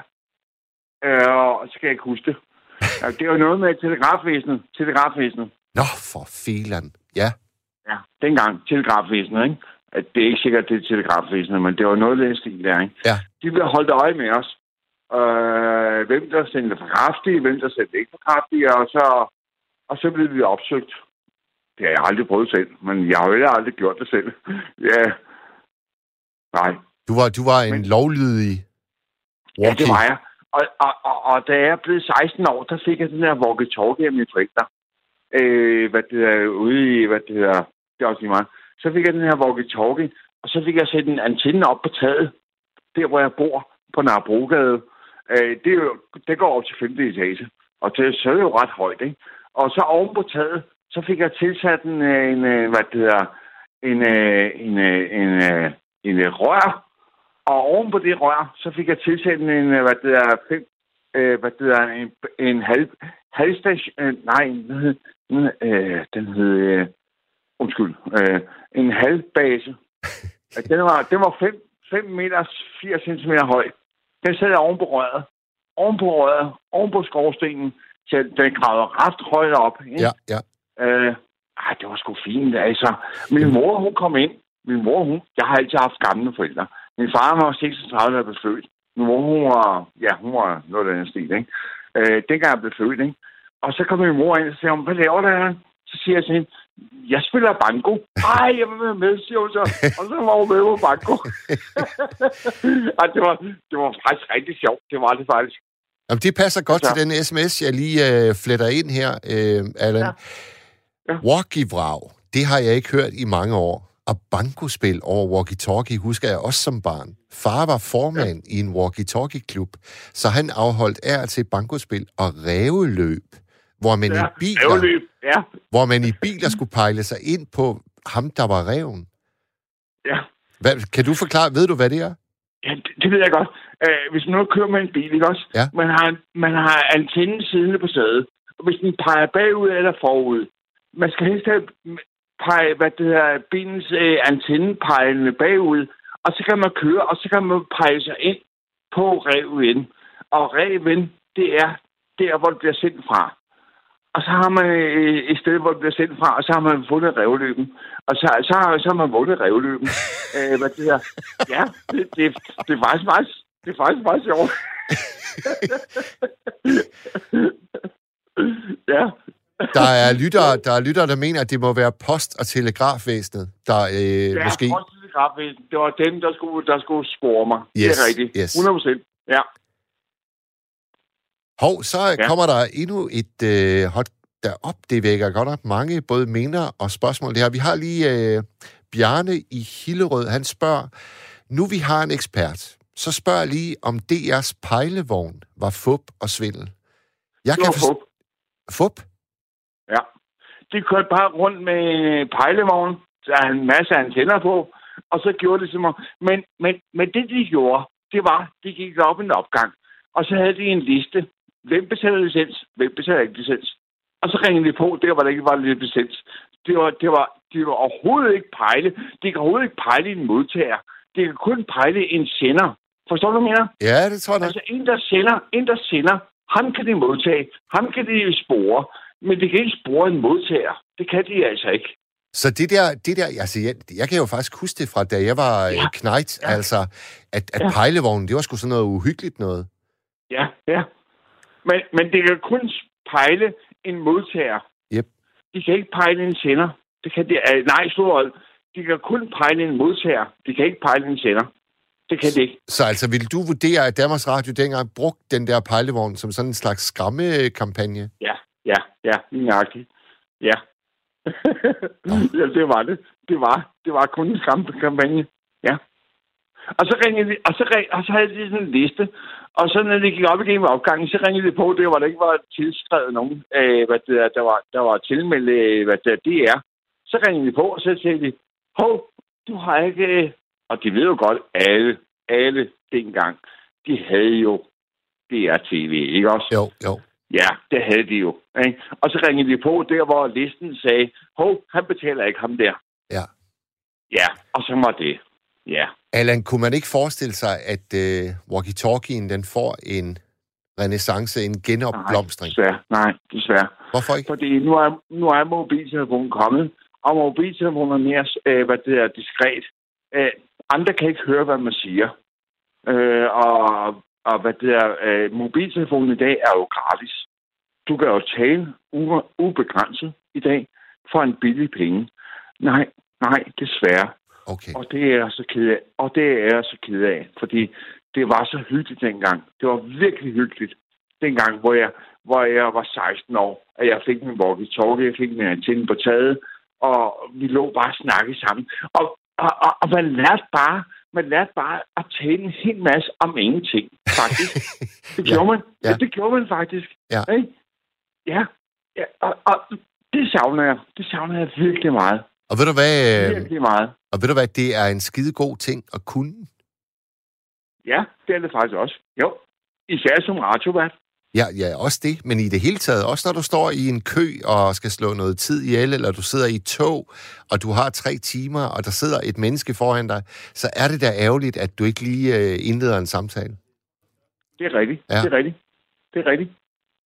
øh, skal jeg ikke huske det. Det er jo noget med telegrafvæsenet. Telegrafvæsenet. Nå, for filan. Ja. Ja, dengang telegrafvæsenet, ikke? At det er ikke sikkert, det er telegrafvæsenet, men det var noget af den stil der, ikke? Ja. De bliver holdt øje med os. Øh, hvem der sendte for kraftige, hvem der sendte ikke for kraftige, og så, og så blev vi opsøgt. Det har jeg aldrig prøvet selv, men jeg har jo aldrig gjort det selv. Ja. Nej. Du var, du var en men, lovlydig walkie. Ja, det var jeg. Og, og, og, og da jeg blev seksten år, der fik jeg den her walkie-talkie af mine forældre. Øh, hvad det er, ude i, hvad det er, det er også lige meget. Så fik jeg den her walkie-talkie, og så fik jeg sætte en antenne op på taget, der hvor jeg bor, på Nørrebrogade. Øh, det, er jo, det går op til femte etage, og det, så er det jo ret højt, ikke? Og så oven på taget, så fik jeg tilsat en, en hvad det hedder, en, en, en, en, en, en rør, og oven på det rør, så fik jeg tilsat en, hvad det er, fem, hvad det er, en, en halv, halvstation, nej, øh, den hed, øh, undskyld, øh, en halvbase. Den var, den var fem meter firs centimeter høj. Den sad oven på røret. Oven på røret, oven på skorstenen, så den gravede ret højt op. Ikke? Ja, ja. Øh, ej, det var sgu fint, altså. Min mor, hun kom ind. Min mor, hun, jeg har altid haft gamle forældre. Min far var seksogtredive, da jeg blev født. Min mor, hun var, ja, hun var noget af den stil, ikke? Øh, dengang jeg blev født, ikke? Og så kom min mor ind og sagde, hvad laver der? Så siger jeg til hende, jeg spiller banko. Ej, jeg vil være med, siger hun så. Og så var hun med på banko. Og det var, det var faktisk rigtig sjovt. Det var det faktisk. Jamen, det passer godt altså til den sms, jeg lige øh, fletter ind her, øh, Allan. Ja. Ja. Walkie-vrag, det har jeg ikke hørt i mange år. Og bankospil over walkie-talkie husker jeg også som barn. Far var formand ja. i en walkie-talkie-klub, så han afholdt af til bankospil og ræveløb hvor man, Ja, i biler, ræveløb, ja. hvor man i biler skulle pejle sig ind på ham, der var ræven. Ja. Hvad, kan du forklare, ved du, hvad det er? Ja, det, det ved jeg godt. Uh, hvis man nu kører med en bil, ikke også? Ja. Man har, man har antennen siddende på sædet. Og hvis den peger bagud eller forud, man skal helst have pege, hvad det hedder, bilens uh, antenne pegende bagud, og så kan man køre, og så kan man pege sig ind på ræven. Og ræven, det er der, hvor det bliver sendt fra. Og så har man øh, et sted, hvor det bliver sendt fra, og så har man fundet ræveløben. Og så, så, så har man vundet ræveløben. øh, hvad det her? Ja, det, det, det, er faktisk meget, det er faktisk meget sjovt. Ja. Der er lyttere, der er lyttere, der mener, at det må være post- og telegrafvæsenet, der øh, ja, måske... post- og telegrafvæsenet. Det var dem, der skulle, der skulle spore mig. Yes, det er rigtigt. Yes. hundrede procent. Ja. Hov, så ja. kommer der endnu et øh, hot derop. Det vækker godt nok mange både mener og spørgsmål. Det her. Vi har lige øh, Bjarne i Hillerød. Han spørger, nu vi har en ekspert, så spørger jeg lige, om D R's pejlevogn var fup og svindel. Jeg det kan var forst- fup. Fup? Ja. De kørte bare rundt med pejlevogn, der er en masse antenner på, og så gjorde det som om... Men, men, men det, de gjorde, det var, de gik op en opgang, og så havde de en liste. Hvem betaler licens? Hvem betaler ikke licens? Og så ringede de på, der var der ikke var licens. Det var, det var, det var overhovedet ikke pejle. De kan overhovedet ikke pejle en modtager. De kan kun pejle en sender. Forstår du, hvad jeg mener? Ja, det tror jeg. Altså, en der sender, en der sender, ham kan de modtage. Ham kan de spore. Men de kan ikke spore en modtager. Det kan de altså ikke. Så det der, det der altså, jeg, jeg kan jo faktisk huske det fra, da jeg var ja. knejt, ja. altså, at, at ja. pejlevognen, det var sgu sådan noget uhyggeligt noget. Ja, ja. Men, men det kan kun pejle en modtager. Yep. De kan ikke pejle en sender. Det kan de, uh, nej, stort. De kan kun pejle en modtager. De kan ikke pejle en sender. Det kan de ikke. Så altså, vil du vurdere, at Danmarks Radio dengang brugte den der pejlevogn som sådan en slags skræmmekampagne? Ja, ja, ja, nøjagtigt. Ja. Ja, det var det. Det var, det var kun en skræmmekampagne. Ja. Og så ringede de, og så, ring, og så havde de sådan en liste, og så når de gik op igennem opgangen, så ringede de på, det var der ikke var tilskrevet nogen, øh, hvad det der, der var, der var tilmeldt, øh, hvad det, det er. Så ringede de på, og så sagde de, hov, du har ikke, øh, og de ved jo godt, alle, alle dengang, de havde jo D R T V, ikke også? Jo, jo. Ja, det havde de jo. Ikke? Og så ringede de på der, hvor listen sagde, hov, han betaler ikke ham der. Ja. Ja, og så var det. Ja. Allan, kunne man ikke forestille sig, at uh, walkie-talkien, den får en renaissance, en genopblomstring? Nej, desværre. Nej, desværre. Hvorfor ikke? Fordi nu er, nu er mobiltelefonen kommet, og mobiltelefonen er mere øh, hvad det er, diskret. Øh, andre kan ikke høre, hvad man siger. Øh, og, og hvad det er, øh, mobiltelefonen i dag er jo gratis. Du kan jo tale u- ubegrænset i dag for en billig penge. Nej, nej, desværre. Okay. Og det er jeg så ked af. Og det er jeg så ked af, fordi det var så hyggeligt dengang. Det var virkelig hyggeligt dengang, hvor jeg, hvor jeg var seksten år, at jeg fik min walkie-talkie, jeg fik min antenne på taget, og vi lå bare og snakkede sammen. Og, og, og, og man lærte bare, man lærte bare at tale en hel masse om ingenting, faktisk. Det gjorde ja. man. Ja. Det, det gjorde man faktisk. Ja. Ikke? Ja. Ja. Og, og det savner jeg. Det savner jeg virkelig meget. Og ved du hvad? Virkelig meget. Og ved du hvad, det er en skide god ting at kunne? Ja, det er det faktisk også. Jo. Især som radiovært. Ja, ja, også det. Men i det hele taget, også når du står i en kø og skal slå noget tid ihjel, eller du sidder i et tog, og du har tre timer, og der sidder et menneske foran dig, så er det da ærgerligt, at du ikke lige øh, indleder en samtale. Det er rigtigt. Ja. Det er rigtigt. Det er rigtigt.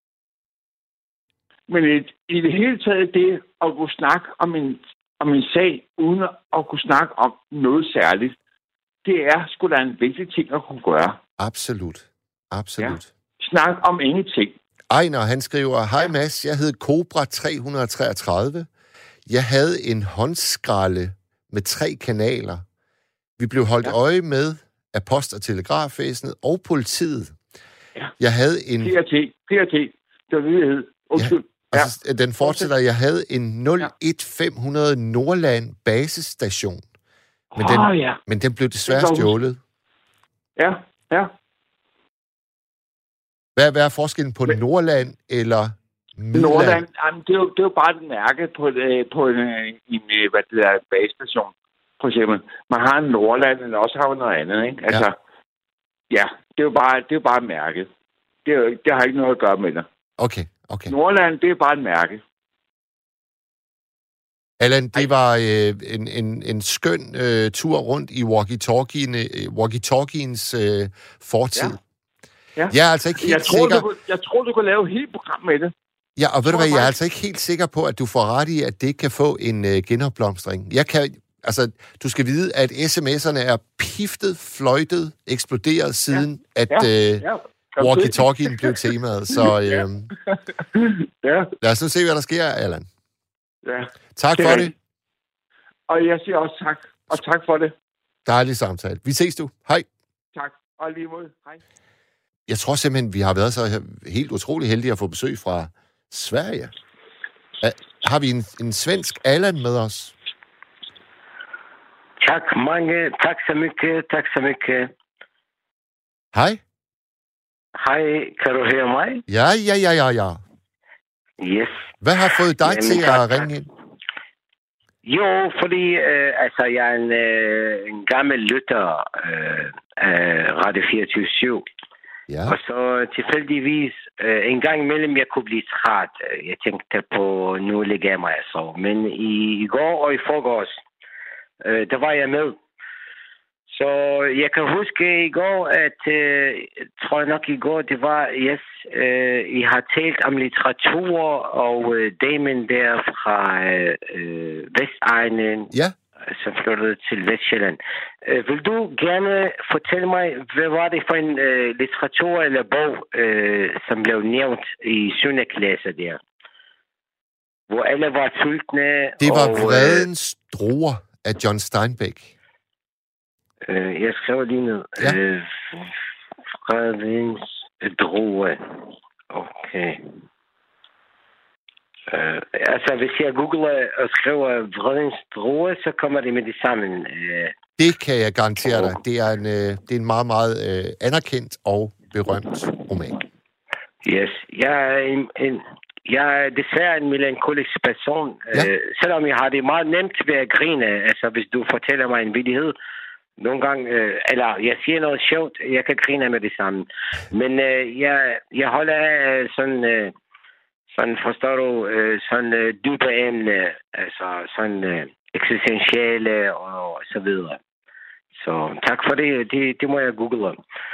Men i, i det hele taget, det at kunne snakke om en, om en sag, uden at kunne snakke om noget særligt, det er sgu da en vigtig ting at kunne gøre. Absolut. Absolut. Ja. Snak om ingenting. Ejner, han skriver, hej Mads, jeg hed Cobra tre hundrede treogtredive. Jeg havde en håndskralde med tre kanaler. Vi blev holdt ja. øje med af post- og telegrafvæsenet og politiet. Ja. Jeg havde en... P R T. P R T. Det var det, jeg hed. Undskyld. Ja. Altså, den fortsætter, jeg havde en nul et fem hundrede Nordland basestation. Men, oh, den, ja. men den blev desværre stjålet. Ja, ja. Hvad, hvad er forskellen på men, Nordland eller Midland. Nordland, jamen, det, er jo, det er jo bare et mærke på, øh, på en, en, en hvad det der, bagestation, for eksempel. Man har en Nordland, men også har man noget andet, ikke? Altså, ja, ja det, er jo bare, det er jo bare et mærke. Det, er jo, det har ikke noget at gøre med det. Okay, okay. Nordland, det er bare et mærke. Allan, det var øh, en, en, en skøn øh, tur rundt i walkie-talkiens øh, fortid. Ja. Ja. Jeg er altså ikke helt jeg tror, sikker... Du kunne, jeg tror, du kunne lave et helt program med det. Ja, og ved du hvad, jeg er altså ikke helt sikker på, at du får ret i, at det kan få en øh, genopblomstring. Jeg kan... Altså, du skal vide, at sms'erne er piftet, fløjtet, eksploderet siden, ja. at øh, ja. walkie-talkien blev temaet. Så øh, ja. ja. lad os nu se, hvad der sker, Allan. Ja. Tak det for det. Og jeg siger også tak. Og tak for det. Dejlig samtale. Vi ses du. Hej. Tak. Og lige mod. Hej. Jeg tror simpelthen, vi har været så helt utrolig heldige at få besøg fra Sverige. Har vi en, en svensk Allan med os? Tak mange. Tak så mycket. Tak så mycket. Hej. Hej. Kan du høre mig? Ja, ja, ja, ja, ja. Yes. Hvad har fået dig Jamen, til tak, at ringe ind? Jo, fordi øh, altså, jeg er en, øh, en gammel lytter øh, af Radio fireogtyve syv. Ja. Og så tilfældigvis, øh, en gang imellem, jeg kunne blive træt. Jeg tænkte på, nu ligger jeg mig og sove. Men i, i går og i forgårs, øh, der var jeg med. Så jeg kan huske i går, at øh, tror jeg nok i går, det var, yes, øh, I har talt om litteratur og øh, damen der fra øh, Vestegnen, ja. som flyttede til Vestjylland. Øh, vil du gerne fortælle mig, hvad var det for en øh, litteratur eller bog, øh, som blev nævnt i syvende klasse der? Hvor alle var sultne. Det var og, Vredens Druer af John Steinbeck. Øh, jeg skriver lige ned. Ja. Øh, Fredens Druer. Okay. Øh, altså, hvis jeg googler og skriver Vredens Druer, så kommer det med det sammen. Øh, det kan jeg garantere dig. Det er en, øh, det er en meget, meget øh, anerkendt og berømt roman. Yes. Jeg er en, en Jeg er desværre en melankolisk person. Ja. Øh, selvom jeg har det meget nemt ved at grine. Altså, hvis du fortæller mig en vittighed, nogle gange, øh, eller jeg siger noget sjovt, jeg kan grine med det samme. Men øh, jeg, jeg holder af sådan, øh, sådan, forstår du, øh, sådan øh, dybe emne, altså sådan øh, eksistentielle og så videre. Så tak for det, det, det må jeg google.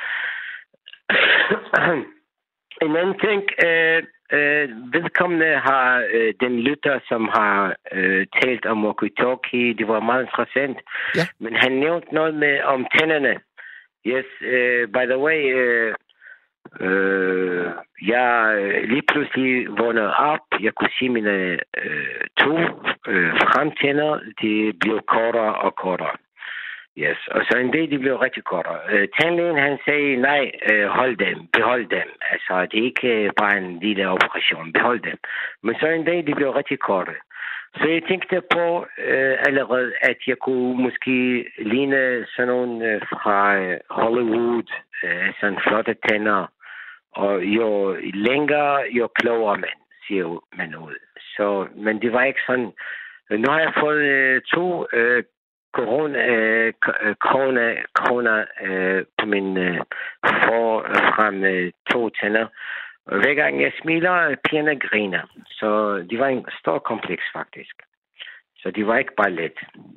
En anden ting, øh, øh, vedkommende har øh, den lytter, som har øh, talt om walkie-talkie. Det var meget interessant. Ja. Men han nævnte noget med om tænderne. Yes, uh, by the way, uh, uh, jeg lige pludselig vågnede op. Jeg kunne se mine uh, to uh, fremtænder, de blev kortere og kortere. Yes, og så en dag, de blev rigtig kortere. Uh, tandlægen, han sagde, nej, uh, hold dem, behold dem. Altså, det er ikke bare en lille operation, behold dem. Men så en dag, de blev rigtig korte. Så jeg tænkte på øh, allerede, at jeg kunne måske ligne sådan nogle øh, fra øh, Hollywood, øh, sådan flotte tænder. Og jo længere, jo klogere man, siger man ud. Så, men det var ikke sådan. Nu har jeg fået øh, to øh, corona, øh, corona, corona øh, på min øh, forfrem øh, to tænder. Og hver gang jeg smiler, pigerne griner. Så det var en stor kompleks, faktisk. Så det var ikke bare let.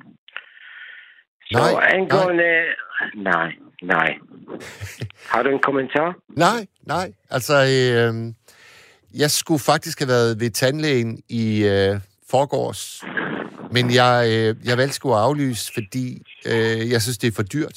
Så nej, angående... Nej, nej. Har du en kommentar? Nej, nej. Altså, øh, jeg skulle faktisk have været ved tandlægen i øh, forgårs. Men jeg, øh, jeg valgte sgu at aflyse, fordi øh, jeg synes, det er for dyrt.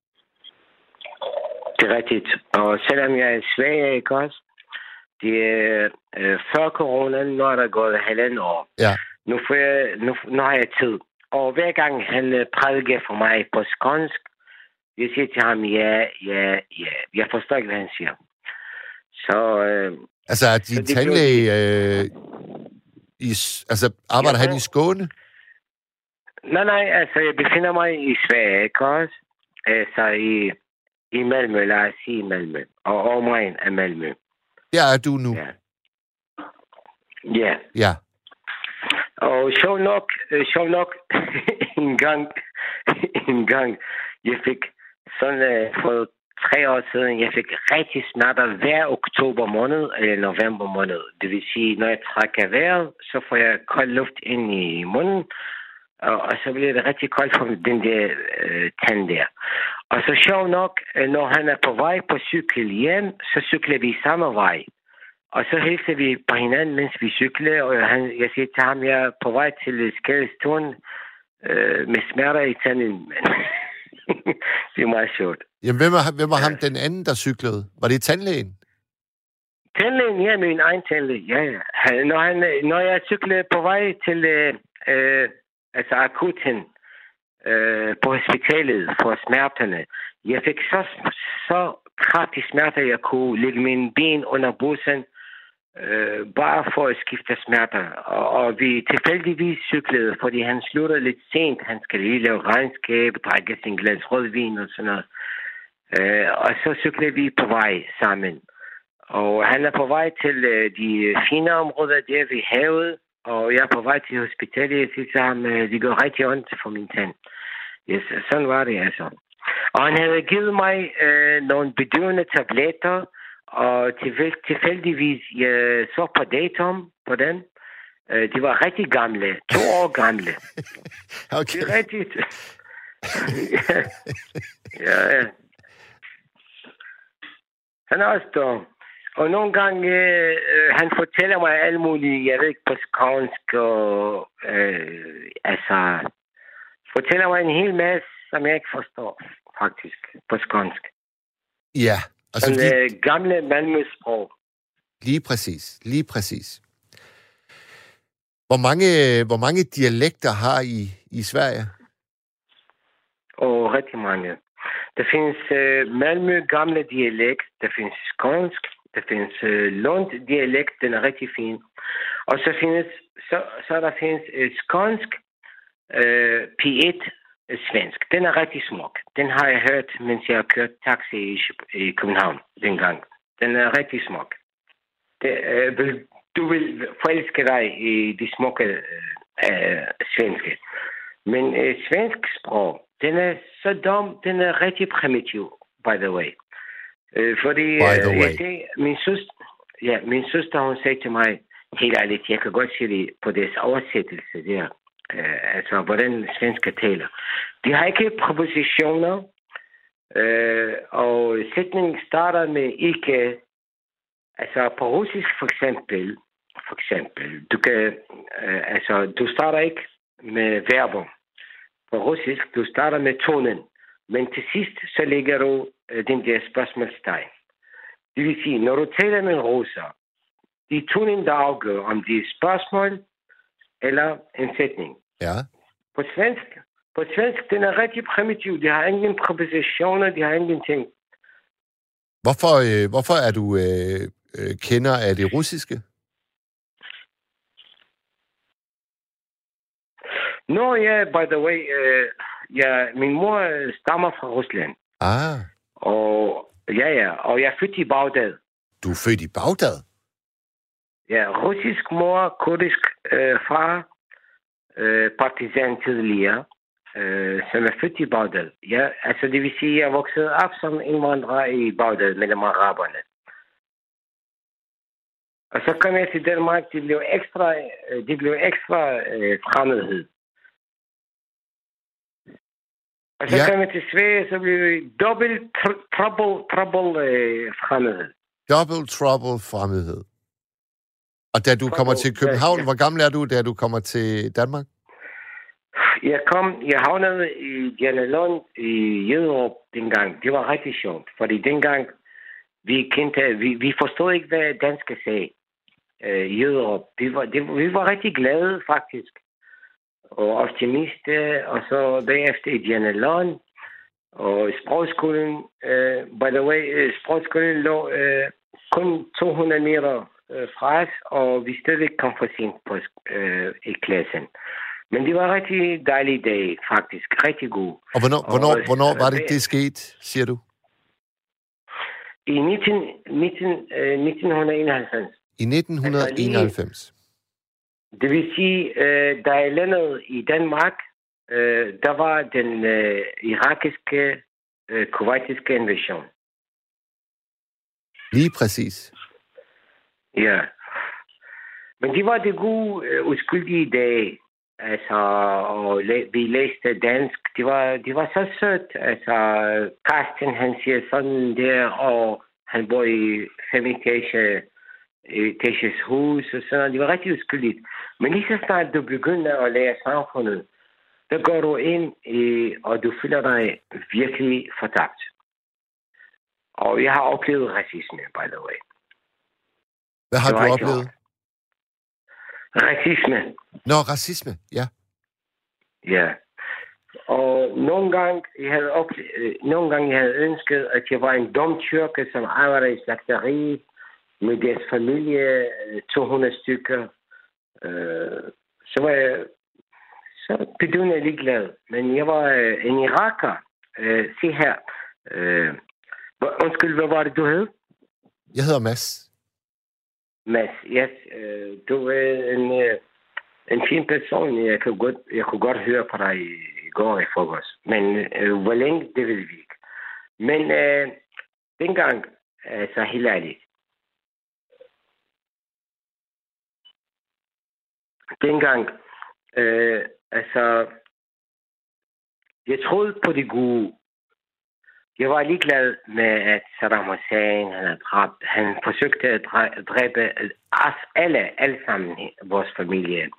Det er rigtigt. Og selvom jeg er svag, ikke også? Det er øh, før corona, nu er der gået halvandet år. Ja. Nu, får jeg, nu, nu har jeg tid. Og hver gang han øh, prædiker for mig på skånsk, jeg siger til ham, ja, ja, ja. Jeg forstår ikke, hvad han siger. Så... Øh, altså, er din tandlæge... Øh, i, altså, arbejder han i Skåne? Nej, nej, altså, jeg befinder mig i Sverige, ikke også? Altså, i, i Malmø, lad os sige Malmø. Og omegn af Malmø. Der er du nu. Ja. Ja. Ja. Og sjov nok, øh, sjov nok, en gang, en gang, jeg fik sådan øh, for tre år siden, jeg fik rigtig smerter hver oktober måned, eller november måned. Det vil sige, når jeg trækker vejret, så får jeg kold luft ind i munden, og, og så bliver det rigtig koldt for den der øh, tand der. Og så sjov nok, når han er på vej på cykel hjem, så cykler vi samme vej. Og så hilser vi på hinanden, mens vi cykler, og han, jeg siger til ham, jeg er på vej til Skælstuen øh, med smerter i tanden. Det er meget sjovt. Jamen, hvem var, hvem var ham den anden, der cyklede? Var det tandlægen? Tandlægen, ja, min egen tandlæge, ja, ja. Han, når, han, når jeg cykler på vej til øh, øh, altså akuten øh, på hospitalet for smerterne, jeg fik så, så kraftig smerter, jeg kunne lægge mine ben under bussen, øh, bare for at skifte smerter. Og, og vi tilfældigvis cyklede, fordi han sluttede lidt sent. Han skal lige lave regnskab, drikke sin glas rødvin og sådan noget. Øh, og så cyklede vi på vej sammen. Og han er på vej til øh, de fine områder der ved havet, og jeg er på vej til hospitalet. Jeg siger til ham, øh, det går rigtig ondt for min tand. Yes, sådan var det altså. Og han havde givet mig øh, nogle bedøvende tabletter, og tilfæld- tilfældigvis jeg så på datum på den. Øh, de var rigtig gamle, to år gamle. Okay. Det er rigtigt. ja, ja. Han er også dum. Og nogle gange, øh, han fortæller mig alt muligt, jeg ved ikke, på skånsk, og øh, altså, fortæller mig en hel masse, som jeg ikke forstår, faktisk, på skånsk. Ja. Altså, Den lige, øh, gamle Malmø-sprog. lige præcis. Lige præcis. Hvor mange, hvor mange dialekter har I i Sverige? Og rigtig mange. Der findes øh, Malmø gamle dialekt, der findes skånsk, der findes øh, Lund dialekt, den er rigtig fin. Og så findes, så, så der findes øh, skånsk øh, P et øh, svensk. Den er rigtig smuk. Den har jeg hørt, mens jeg har kørt taxi i, i København dengang. Den er rigtig smuk. Det, øh, vil, du vil forelske dig i de smukke øh, svenske. Men øh, svensk sprog, den er så dum, den er rigtig primitiv, by the way. Øh, fordi by the way. Øh, det, min, søster, ja, min søster, hun sagde til mig, helt ærligt, jeg kan godt se det på deres oversættelse der. Øh, altså, hvordan svensker taler. De har ikke præpositioner, øh, og sætningen starter med ikke. Altså, på russisk for eksempel, for eksempel, du kan, øh, altså, du starter ikke med verber. På russisk, du starter med tonen, men til sidst, så lægger du øh, den der spørgsmålstegn. Det vil sige, når du taler med en russer, det er tonen, der afgør, om det er et spørgsmål eller en sætning. Ja. På svensk, på svensk, den er rigtig primitiv. De har ingen præpositioner, de har ingenting. Hvorfor, øh, hvorfor er du øh, øh, kender af det russiske? Nå, ja, by the way, øh, ja, min mor stammer fra Rusland. Ah. Og ja, ja, og jeg er født i Bagdad. Du er født i Bagdad? Ja, russisk mor, kurdisk øh, far, øh, partisan tidligere, øh, som er født i Bagdad. Ja, altså det vil sige, at jeg voksede op som indvandrer i Bagdad mellem araberne. Og så kom jeg til Danmark, det blev ekstra, det blev ekstra øh, fremmedhed. Og så Ja. kom jeg til Sverige, så blev det dobbelt tr- trouble, trouble øh, fremmedhed. Double trouble fremmedhed. Og da du Trouble, kommer til København, ja, ja. hvor gammel er du, da du kommer til Danmark? Jeg kom, jeg havnede i Dianalund i Jøderup dengang. Det var rigtig sjovt, fordi dengang vi kendte, vi, vi forstod ikke, hvad danske sagde. Øh, Jøderup. Vi var, det, vi var rigtig glade, faktisk. Og optimiste, og så bagefter i Dianalund. Og sprogskolen, uh, by the way, uh, sprogskolen lå uh, kun to hundrede meter uh, fra os, og vi stadig kom for sent på, uh, i klassen. Men det var en rigtig dejlig dag, faktisk. Rigtig god. Og hvornår, Og, hvornår, hvornår var det, det- det skete, siger du? I nitten, nitten, uh, nitten enoghalvfems. I nitten enoghalvfems. Det vil sige, øh, da jeg landede i Danmark, øh, der var den øh, irakiske, øh, kuwaitiske invasion. Lige præcis. Ja. Men det var det gode, øh, uskyldige dage. Altså, og læ- vi læste dansk. Det var, det var så sødt. Altså, Karsten, han siger sådan der, og han bor i fem etage, etages hus, og sådan. Det var rigtig uskyldigt. Men lige så snart du begynder at lære samfundet, der går du ind, i, og du føler dig virkelig fortabt. Og jeg har oplevet racisme, by the way. Hvad har du oplevet? Hårdt. Racisme. Nå, racisme, ja. Ja. Og nogle gange, jeg havde oplevet, nogle gange jeg havde ønsket, at jeg var en dum tyrker, som arbejdede i slagteri med deres familie, to hundrede stykker. Så var jeg så bedøvende jeg ligeglad. Men jeg var en iraker. Se her. Undskyld, hvad var det, du hed? Jeg hedder Mads. Mads, yes, øh, du er en, øh, en fin person. Jeg kunne, godt, jeg kunne godt høre på dig i, i går i frokost. Men øh, hvor længe, det ved vi ikke. Men øh, dengang, altså helt ærligt. Dengang, øh, altså, jeg troede på det gode. Jeg var ligeglad med, at Saddam Hussein, han, havde dræbt, han forsøgte at dræbe os alle, alle sammen, vores familie.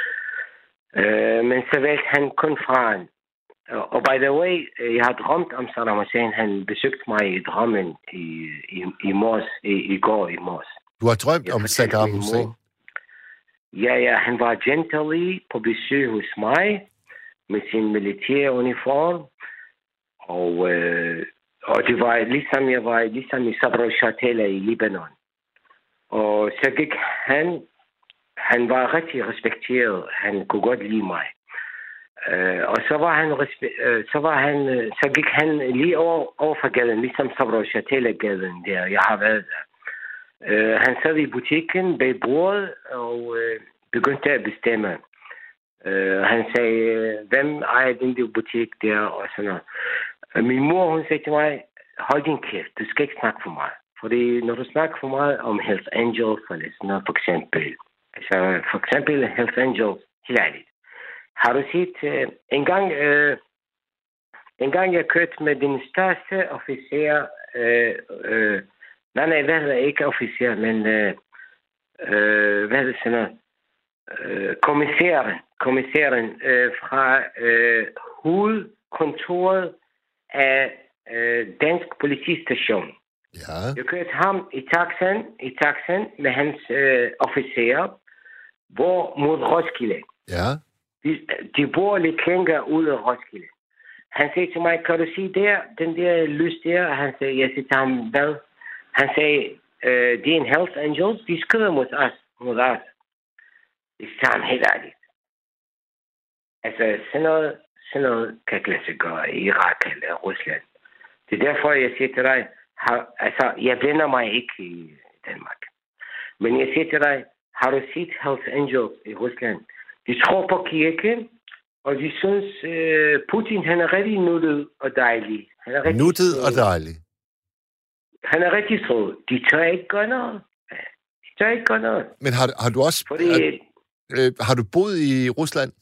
Øh, men så valgte han kun fra en. Og by the way, jeg har drømt om Saddam Hussein. Han besøgte mig i drømmen i, i, i, mors, i, i går i mors. Du har drømt jeg om Saddam Hussein? Ja, ja, han var gently på besøg hos mig med sin militære uniform. Og, øh, og det var ligesom jeg var ligesom i Sabra al-Shatila i Libanon. Og så gik han, han var rigtig respekteret. Han kunne godt lide mig. Uh, og så var han, uh, så var han, uh, så gik han lige over, over for gaden, ligesom Sabra al-Shatila-gaden der. Jeg har været der. Uh, han sad i butikken bag bordet og uh, begyndte at bestemme. Uh, han sagde, hvem ejer den der butik der og sådan noget. Min mor, hun sagde til mig, hold din kæft, du skal ikke snakke for mig. Fordi når du snakker for meget om Hells Angels, eller sådan noget, for eksempel. Altså, for eksempel Hells Angels, helt ærligt. Har du set, uh, en gang, uh, en gang jeg kørte med den største officer, uh, uh, nej, nej, hvad hedder ikke officer, men, uh, uh, hvad hedder sådan noget, uh, kommissæren, kommissæren uh, fra uh, hovedkontoret af øh, Dansk Politistation. Ja. Jeg kørte ham i taxen, i taxen med hans øh, officer, hvor mod Roskilde. Ja. De, de bor lidt længere ud af Roskilde. Han sagde til mig, kan du sige der, den der lys der? Han sagde, jeg sagde til ham, hvad? Han sagde, øh, det er en Hells Angels, de skyder mod os. Mod os. Jeg sagde ham helt ærligt. Altså, sådan noget, sådan noget kan ikke lade sig gøre i Irak eller Rusland. Det er derfor, jeg siger til dig, har, altså, jeg blander mig ikke i Danmark. Men jeg siger til dig, har du set Hells Angels i Rusland? De tror på kirken, og de synes, uh, Putin, han er rigtig nuttet og dejlig. Han er rigtig nuttet sød. og dejlig. Han er rigtig sød. De tør ikke gøre noget. De tør ikke gøre noget. Men har, har du også... Fordi, er, øh, har du boet i Rusland?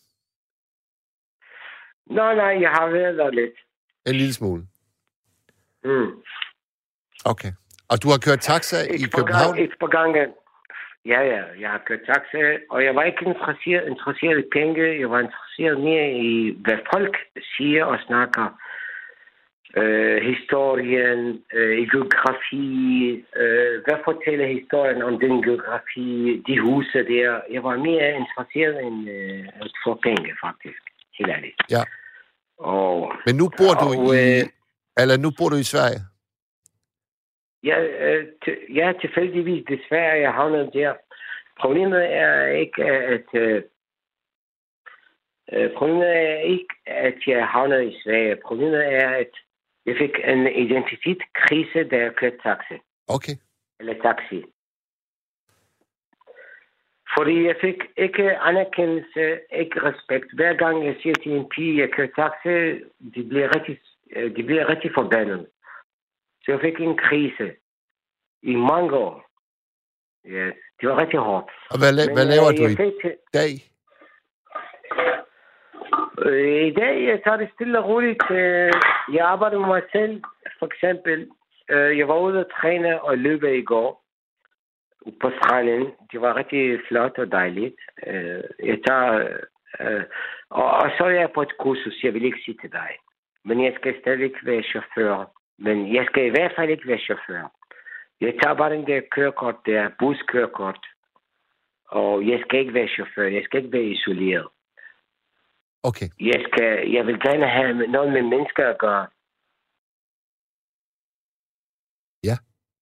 Nej, nej, jeg har været der lidt. En lille smule? Mm. Okay. Og du har kørt taxa i København? Gang, et par gange. Ja, ja, jeg har kørt taxa, og jeg var ikke interesseret, interesseret i penge. Jeg var interesseret mere i, hvad folk siger og snakker. Øh, historien, øh, geografi. Øh, hvad fortæller historien om den geografi, de huse der? Jeg var mere interesseret end øh, at få penge, faktisk. Helt ærligt. Ja. Og, Men nu bor du og, i... Øh, eller nu bor du i Sverige? Ja, øh, t- ja, tilfældigvis desværre, jeg havnede der. Problemet er ikke, at øh, problemet er ikke, at jeg havnede i Sverige. Problemet er, at jeg fik en identitetskrise, da jeg kørte taxi. Okay. Eller taxi. Fordi jeg fik ikke anerkendelse, ikke respekt. Hver gang jeg siger til en pige, jeg kører taxa, de bliver rigtig, de bliver rigtig forbandet. Så jeg fik en krise i mange år. Yes. Det var rigtig hårdt. Og hvad, la- Men, hvad laver øh, du i fik, dag? øh, I dag jeg tager det stille og roligt. Øh, jeg arbejder med mig selv. For eksempel, øh, jeg var ude at træne og løbe i går på stranden. Det var rigtig flot og dejligt. Øh, jeg tager, øh, og, og så er jeg på et kursus. Jeg vil ikke sige til dig. Men jeg skal stadig være chauffør. Men jeg skal i hvert fald ikke være chauffør. Jeg tager bare den der kørekort der, buskørekort. Og jeg skal ikke være chauffør. Jeg skal ikke være isoleret. Okay. Jeg, skal, jeg vil gerne have noget med mennesker at gøre. Ja.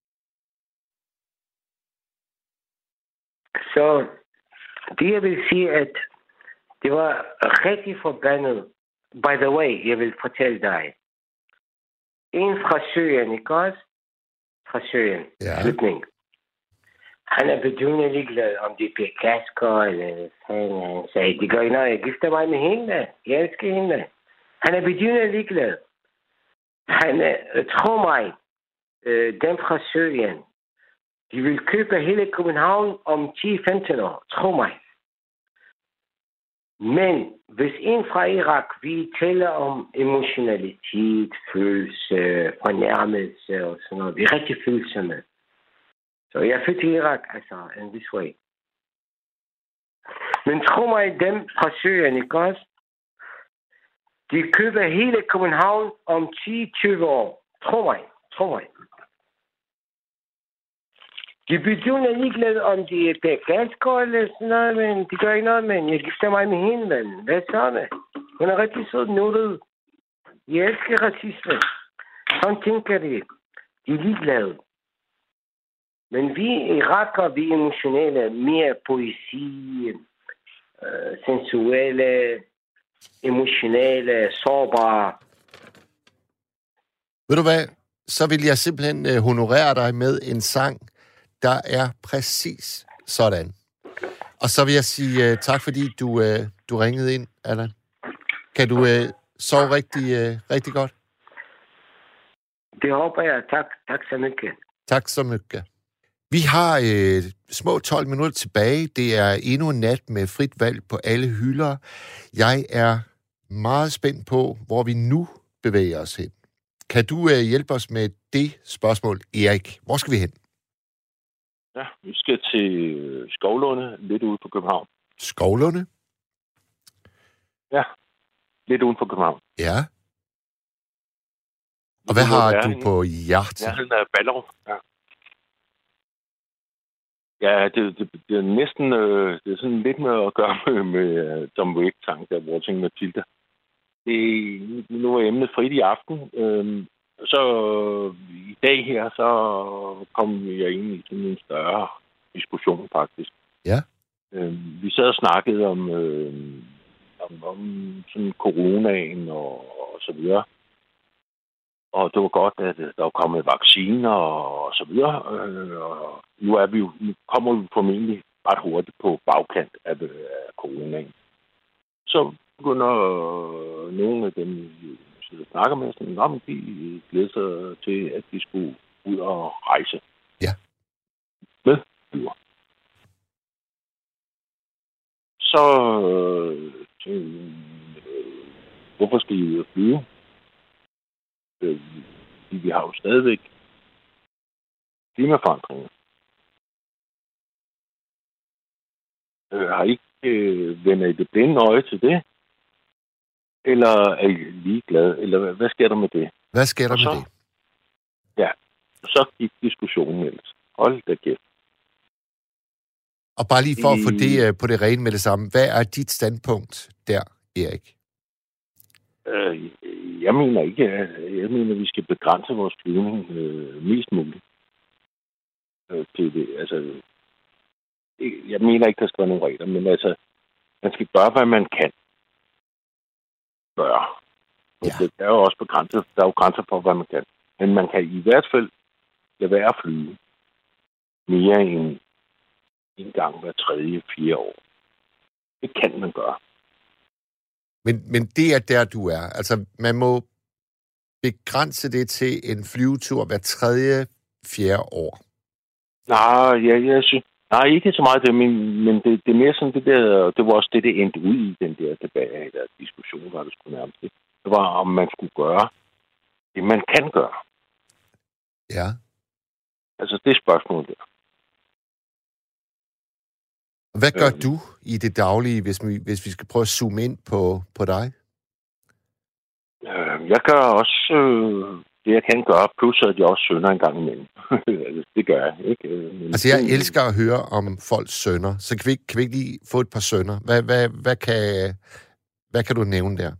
Så det jeg vil sige, at det var rigtig forbandet. By the way, jeg vil fortælle dig. En fra Søen, ikke også? Fra Søen. Ja. Slutning. Han er bedøvende ligeglad, om det bliver kasker, eller sådan. Han sagde, det gør ikke noget, jeg gifter mig med hende. Jeg elsker hende. Han er bedøvende ligeglad. Han er, tro mig, øh, dem fra Søen, de vil købe hele København om ti til femten år. Tro mig. Men hvis en fra Irak, vi taler om emotionalitet, følelse, fornærmelse og sådan noget. Vi er rigtig følsomme. Så jeg er født i Irak, altså, in this way. Men tro mig, dem fra Syrien, ikke også? De køber hele København om ti til tyve år. Tro mig, tro mig. De begynder ligeglade, om de er bækgalskår eller sådan noget, men de gør ikke noget, men jeg gifter mig med hende, men hvad så med? Hun er rigtig sød nuttet. Jeg elsker racisme. Sådan tænker de. De er ligeglade. Men vi irakere, vi er emotionelle, mere poesi, øh, sensuelle, emotionelle, sårbare. Ved du hvad? Så vil jeg simpelthen øh, honorere dig med en sang, der er præcis sådan. Og så vil jeg sige uh, tak, fordi du, uh, du ringede ind, Allan. Kan du uh, sove rigtig, uh, rigtig godt? Det håber jeg. Tak. Tak så mycket. Tak så mycket. Vi har uh, små tolv minutter tilbage. Det er endnu en nat med frit valg på alle hylder. Jeg er meget spændt på, hvor vi nu bevæger os hen. Kan du uh, hjælpe os med det spørgsmål, Erik? Hvor skal vi hen? Ja, vi skal til Skovlunde, lidt ude på København. Skovlunde? Ja, lidt uden for København. Ja. Og hvad har du på hjertet? Ja, den er Ballerup. Ja, ja det, det, det er næsten øh, det er sådan lidt med at gøre med, med Tom Waits-sang, der Waltzing Matilda. Det, nu er emnet frit i aften. Øh, Så i dag her, så kom jeg ind i sådan en større diskussion, faktisk. Ja. Øh, vi sad og snakkede om, øh, om, om sådan coronaen og, og så videre. Og det var godt, at der var kommet vacciner og, og så videre. Øh, og nu, er vi jo, nu kommer vi formentlig ret hurtigt på bagkant af, af coronaen. Så begynder øh, nogle af dem sidder og snakker med, sådan, om de glæder sig til, at de skulle ud og rejse. Ja. Med flyver. Så øh, øh, hvorfor skal I ud og flyve? Øh, vi har jo stadigvæk klimaforandringer. Øh, har I ikke øh, vender I det blinde øje til det? Eller er I ligeglade? Eller hvad, hvad sker der med det? Hvad sker der og så, med det? Ja, så gik diskussionen ellers. Hold da kæft. Og bare lige for I... at få det uh, på det rene med det samme. Hvad er dit standpunkt der, Erik? Øh, jeg mener ikke, jeg mener, at vi skal begrænse vores flyvning øh, mest muligt. Øh, til det. Altså, jeg mener ikke, der skal være nogen regler, men altså, man skal gøre, hvad man kan. gøre. Ja. Det er jo også begrænset. Der er jo grænser for, hvad man kan. Men man kan i hvert fald lade være at flyve mere end en gang hver tredje, fire år. Det kan man gøre. Men, men det er der, du er. Altså, man må begrænse det til en flyvetur hver tredje, fjerde år. Nej, ja, jeg synes... Nej, ikke så meget det, men, men det, det er mere sådan det der... Det var også det, det endte ud i, den der debat, der diskussion, var det sgu nærmest det. Det var, om man skulle gøre det, man kan gøre. Ja. Altså, det er spørgsmålet der. Hvad gør øhm. du i det daglige, hvis vi, hvis vi skal prøve at zoome ind på, på dig? Øh, jeg gør også øh, det, jeg kan gøre, plus at jeg også synder en gang imellem. Det gør jeg, ikke? Men altså, jeg elsker at høre om folks sønner, så kan vi ikke, kan vi ikke lige få et par sønner? Hvad, hvad, hvad, kan, hvad kan du nævne der?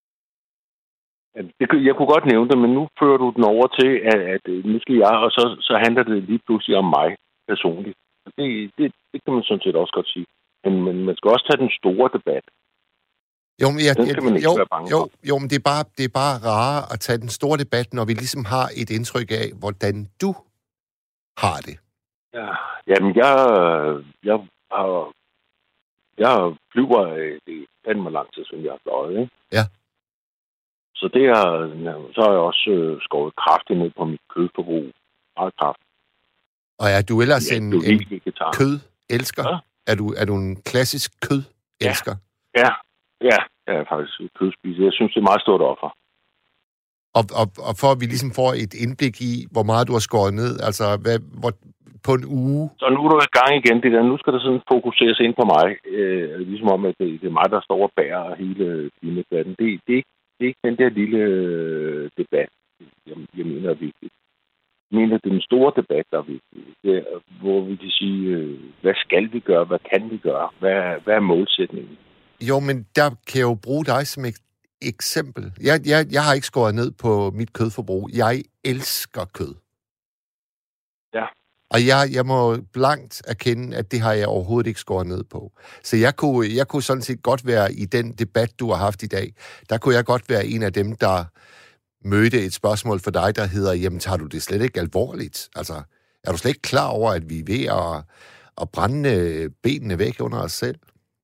Jeg kunne godt nævne det, men nu fører du den over til, at, at nu skal jeg, og så, så handler det lige pludselig om mig personligt. Det, det, det kan man sådan set også godt sige. Men, men man skal også tage den store debat. Jo, men, jeg, jeg, jo, jo, jo, men det er, bare, det er bare rarere at tage den store debat, når vi ligesom har et indtryk af, hvordan du har det. Ja, jamen, jeg, jeg har... Jeg flyver i fandme lang tid, siden jeg har fløjet, ikke? Ja. Så det er, så har jeg også øh, skåret kraftigt ned på mit kødforbrug. Meget kraftigt. Og er du ellers ja, en, du en kød-elsker? Ja. Er, du, er du en klassisk kød-elsker? Ja, ja, ja, jeg er faktisk kødspiser. Jeg synes, det er meget stort offer. Og, og, og for at vi ligesom får et indblik i, hvor meget du har skåret ned, altså hvad, hvor, på en uge? Så nu er du i gang igen. Det der. Nu skal der sådan fokuseres ind på mig. Øh, ligesom om, at det, det er mig, der står og bærer hele klimadebatten. Det, det, er ikke, det er ikke den der lille øh, debat, jeg, jeg mener er vigtigt. Jeg mener, det er den store debat, der er vigtig. Det er, hvor vi kan sige, øh, hvad skal vi gøre? Hvad kan vi gøre? Hvad, hvad er målsætningen? Jo, men der kan jeg jo bruge dig som et eksempel. Jeg, jeg, jeg har ikke skåret ned på mit kødforbrug. Jeg elsker kød. Ja. Og jeg, jeg må blankt erkende, at det har jeg overhovedet ikke skåret ned på. Så jeg kunne, jeg kunne sådan set godt være i den debat, du har haft i dag. Der kunne jeg godt være en af dem, der mødte et spørgsmål for dig, der hedder, jamen tager du det slet ikke alvorligt? Altså, er du slet ikke klar over, at vi er ved at, at brænde benene væk under os selv?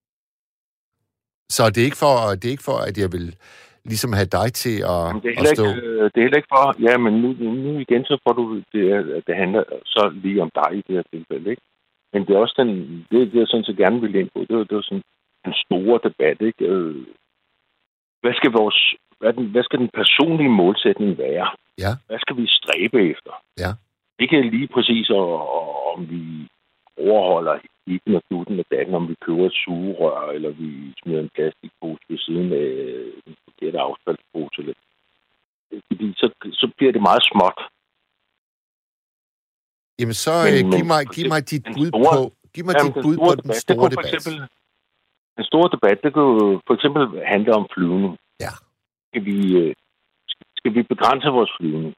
Så det er ikke for, det er ikke for at jeg vil ligesom have dig til at, det at stå... Ikke, det er heller ikke for... Ja, men nu, nu igen, så får du... Det, det handler så lige om dig i det her tilfælde, ikke? Men det er også den... Det, det jeg sådan så gerne vil ind på, det er, det er sådan en store debat, ikke? Hvad skal vores... Hvad, den, hvad skal den personlige målsætning være? Ja. Hvad skal vi stræbe efter? Ja. Ikke lige præcis, og, og, om vi overholder itten og dutten og datten, om vi køber et sugerør, eller vi smider en plastikpose ved siden af en forkert affaldspose. Eller. Fordi så, så bliver det meget småt. Jamen så men, giv, mig, giv mig dit bud store, på, giv mig dit bud på den debat, store debat. For eksempel, den store debat, det kan jo for eksempel handle om flyvning. Ja. Skal vi, skal vi begrænse vores flyvning?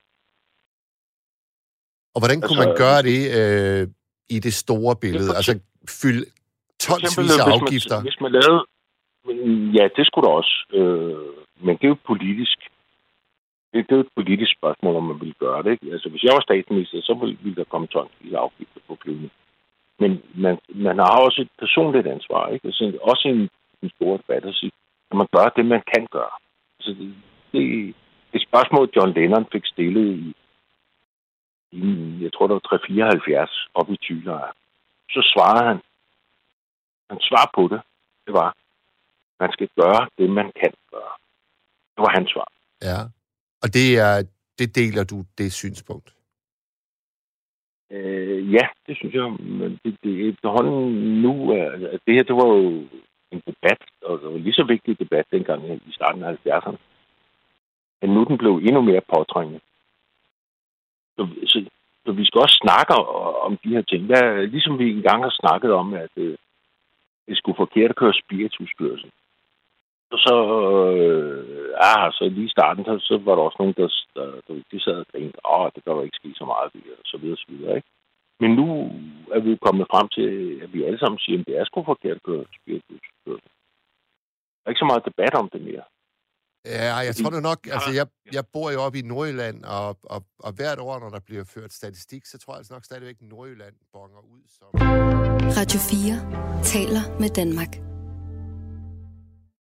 Og hvordan kunne altså, man gøre det øh, i det store billede? Det altså fylde tonsvis af afgifter? Hvis man, hvis man lavede... Ja, det skulle da også. Øh, men det er jo politisk. Det, det er jo et politisk spørgsmål, om man ville gøre det. Ikke? Altså, hvis jeg var statsminister, så ville der komme tonsvis af afgifter på flyvning. Men man, man har også et personligt ansvar. Ikke? Altså, også en, en stor debat at sige, at man gør det, man kan gøre. Altså, det, det, det spørgsmål, John Lennon fik stillet i jeg tror, det var tre fireoghalvfjerds oppe i Thylejr. Så svarede han. Han svarede på det. Det var, man skal gøre det, man kan gøre. Det var hans svar. Ja. Og det er, det deler du, det synspunkt? Øh, ja, det synes jeg. Men det, det, efterhånden nu, at det her, det var jo en debat, og det var lige så vigtig en debat dengang i starten af halvfjerdserne. Men nu den blev endnu mere påtrængende. Så, så, så vi skal også snakke om de her ting. Hvad, ligesom vi engang har snakket om, at øh, det skulle forkert at køre spirituskørsel. Og så, øh, ah, så lige i starten, så, så var der også nogen, der, der, der de sad og tænkte, åh, det kan jo ikke ske så meget, og så videre, så videre, ikke? Men nu er vi kommet frem til, at vi alle sammen siger, at det er sgu forkert at køre spirituskørsel. Der er ikke så meget debat om det mere. Ja, jeg tror det nok, altså jeg, jeg bor jo oppe i Nordjylland, og, og, og hvert år, når der bliver ført statistik, så tror jeg altså nok stadigvæk, Nordjylland bonger ud som... Radio fire taler med Danmark.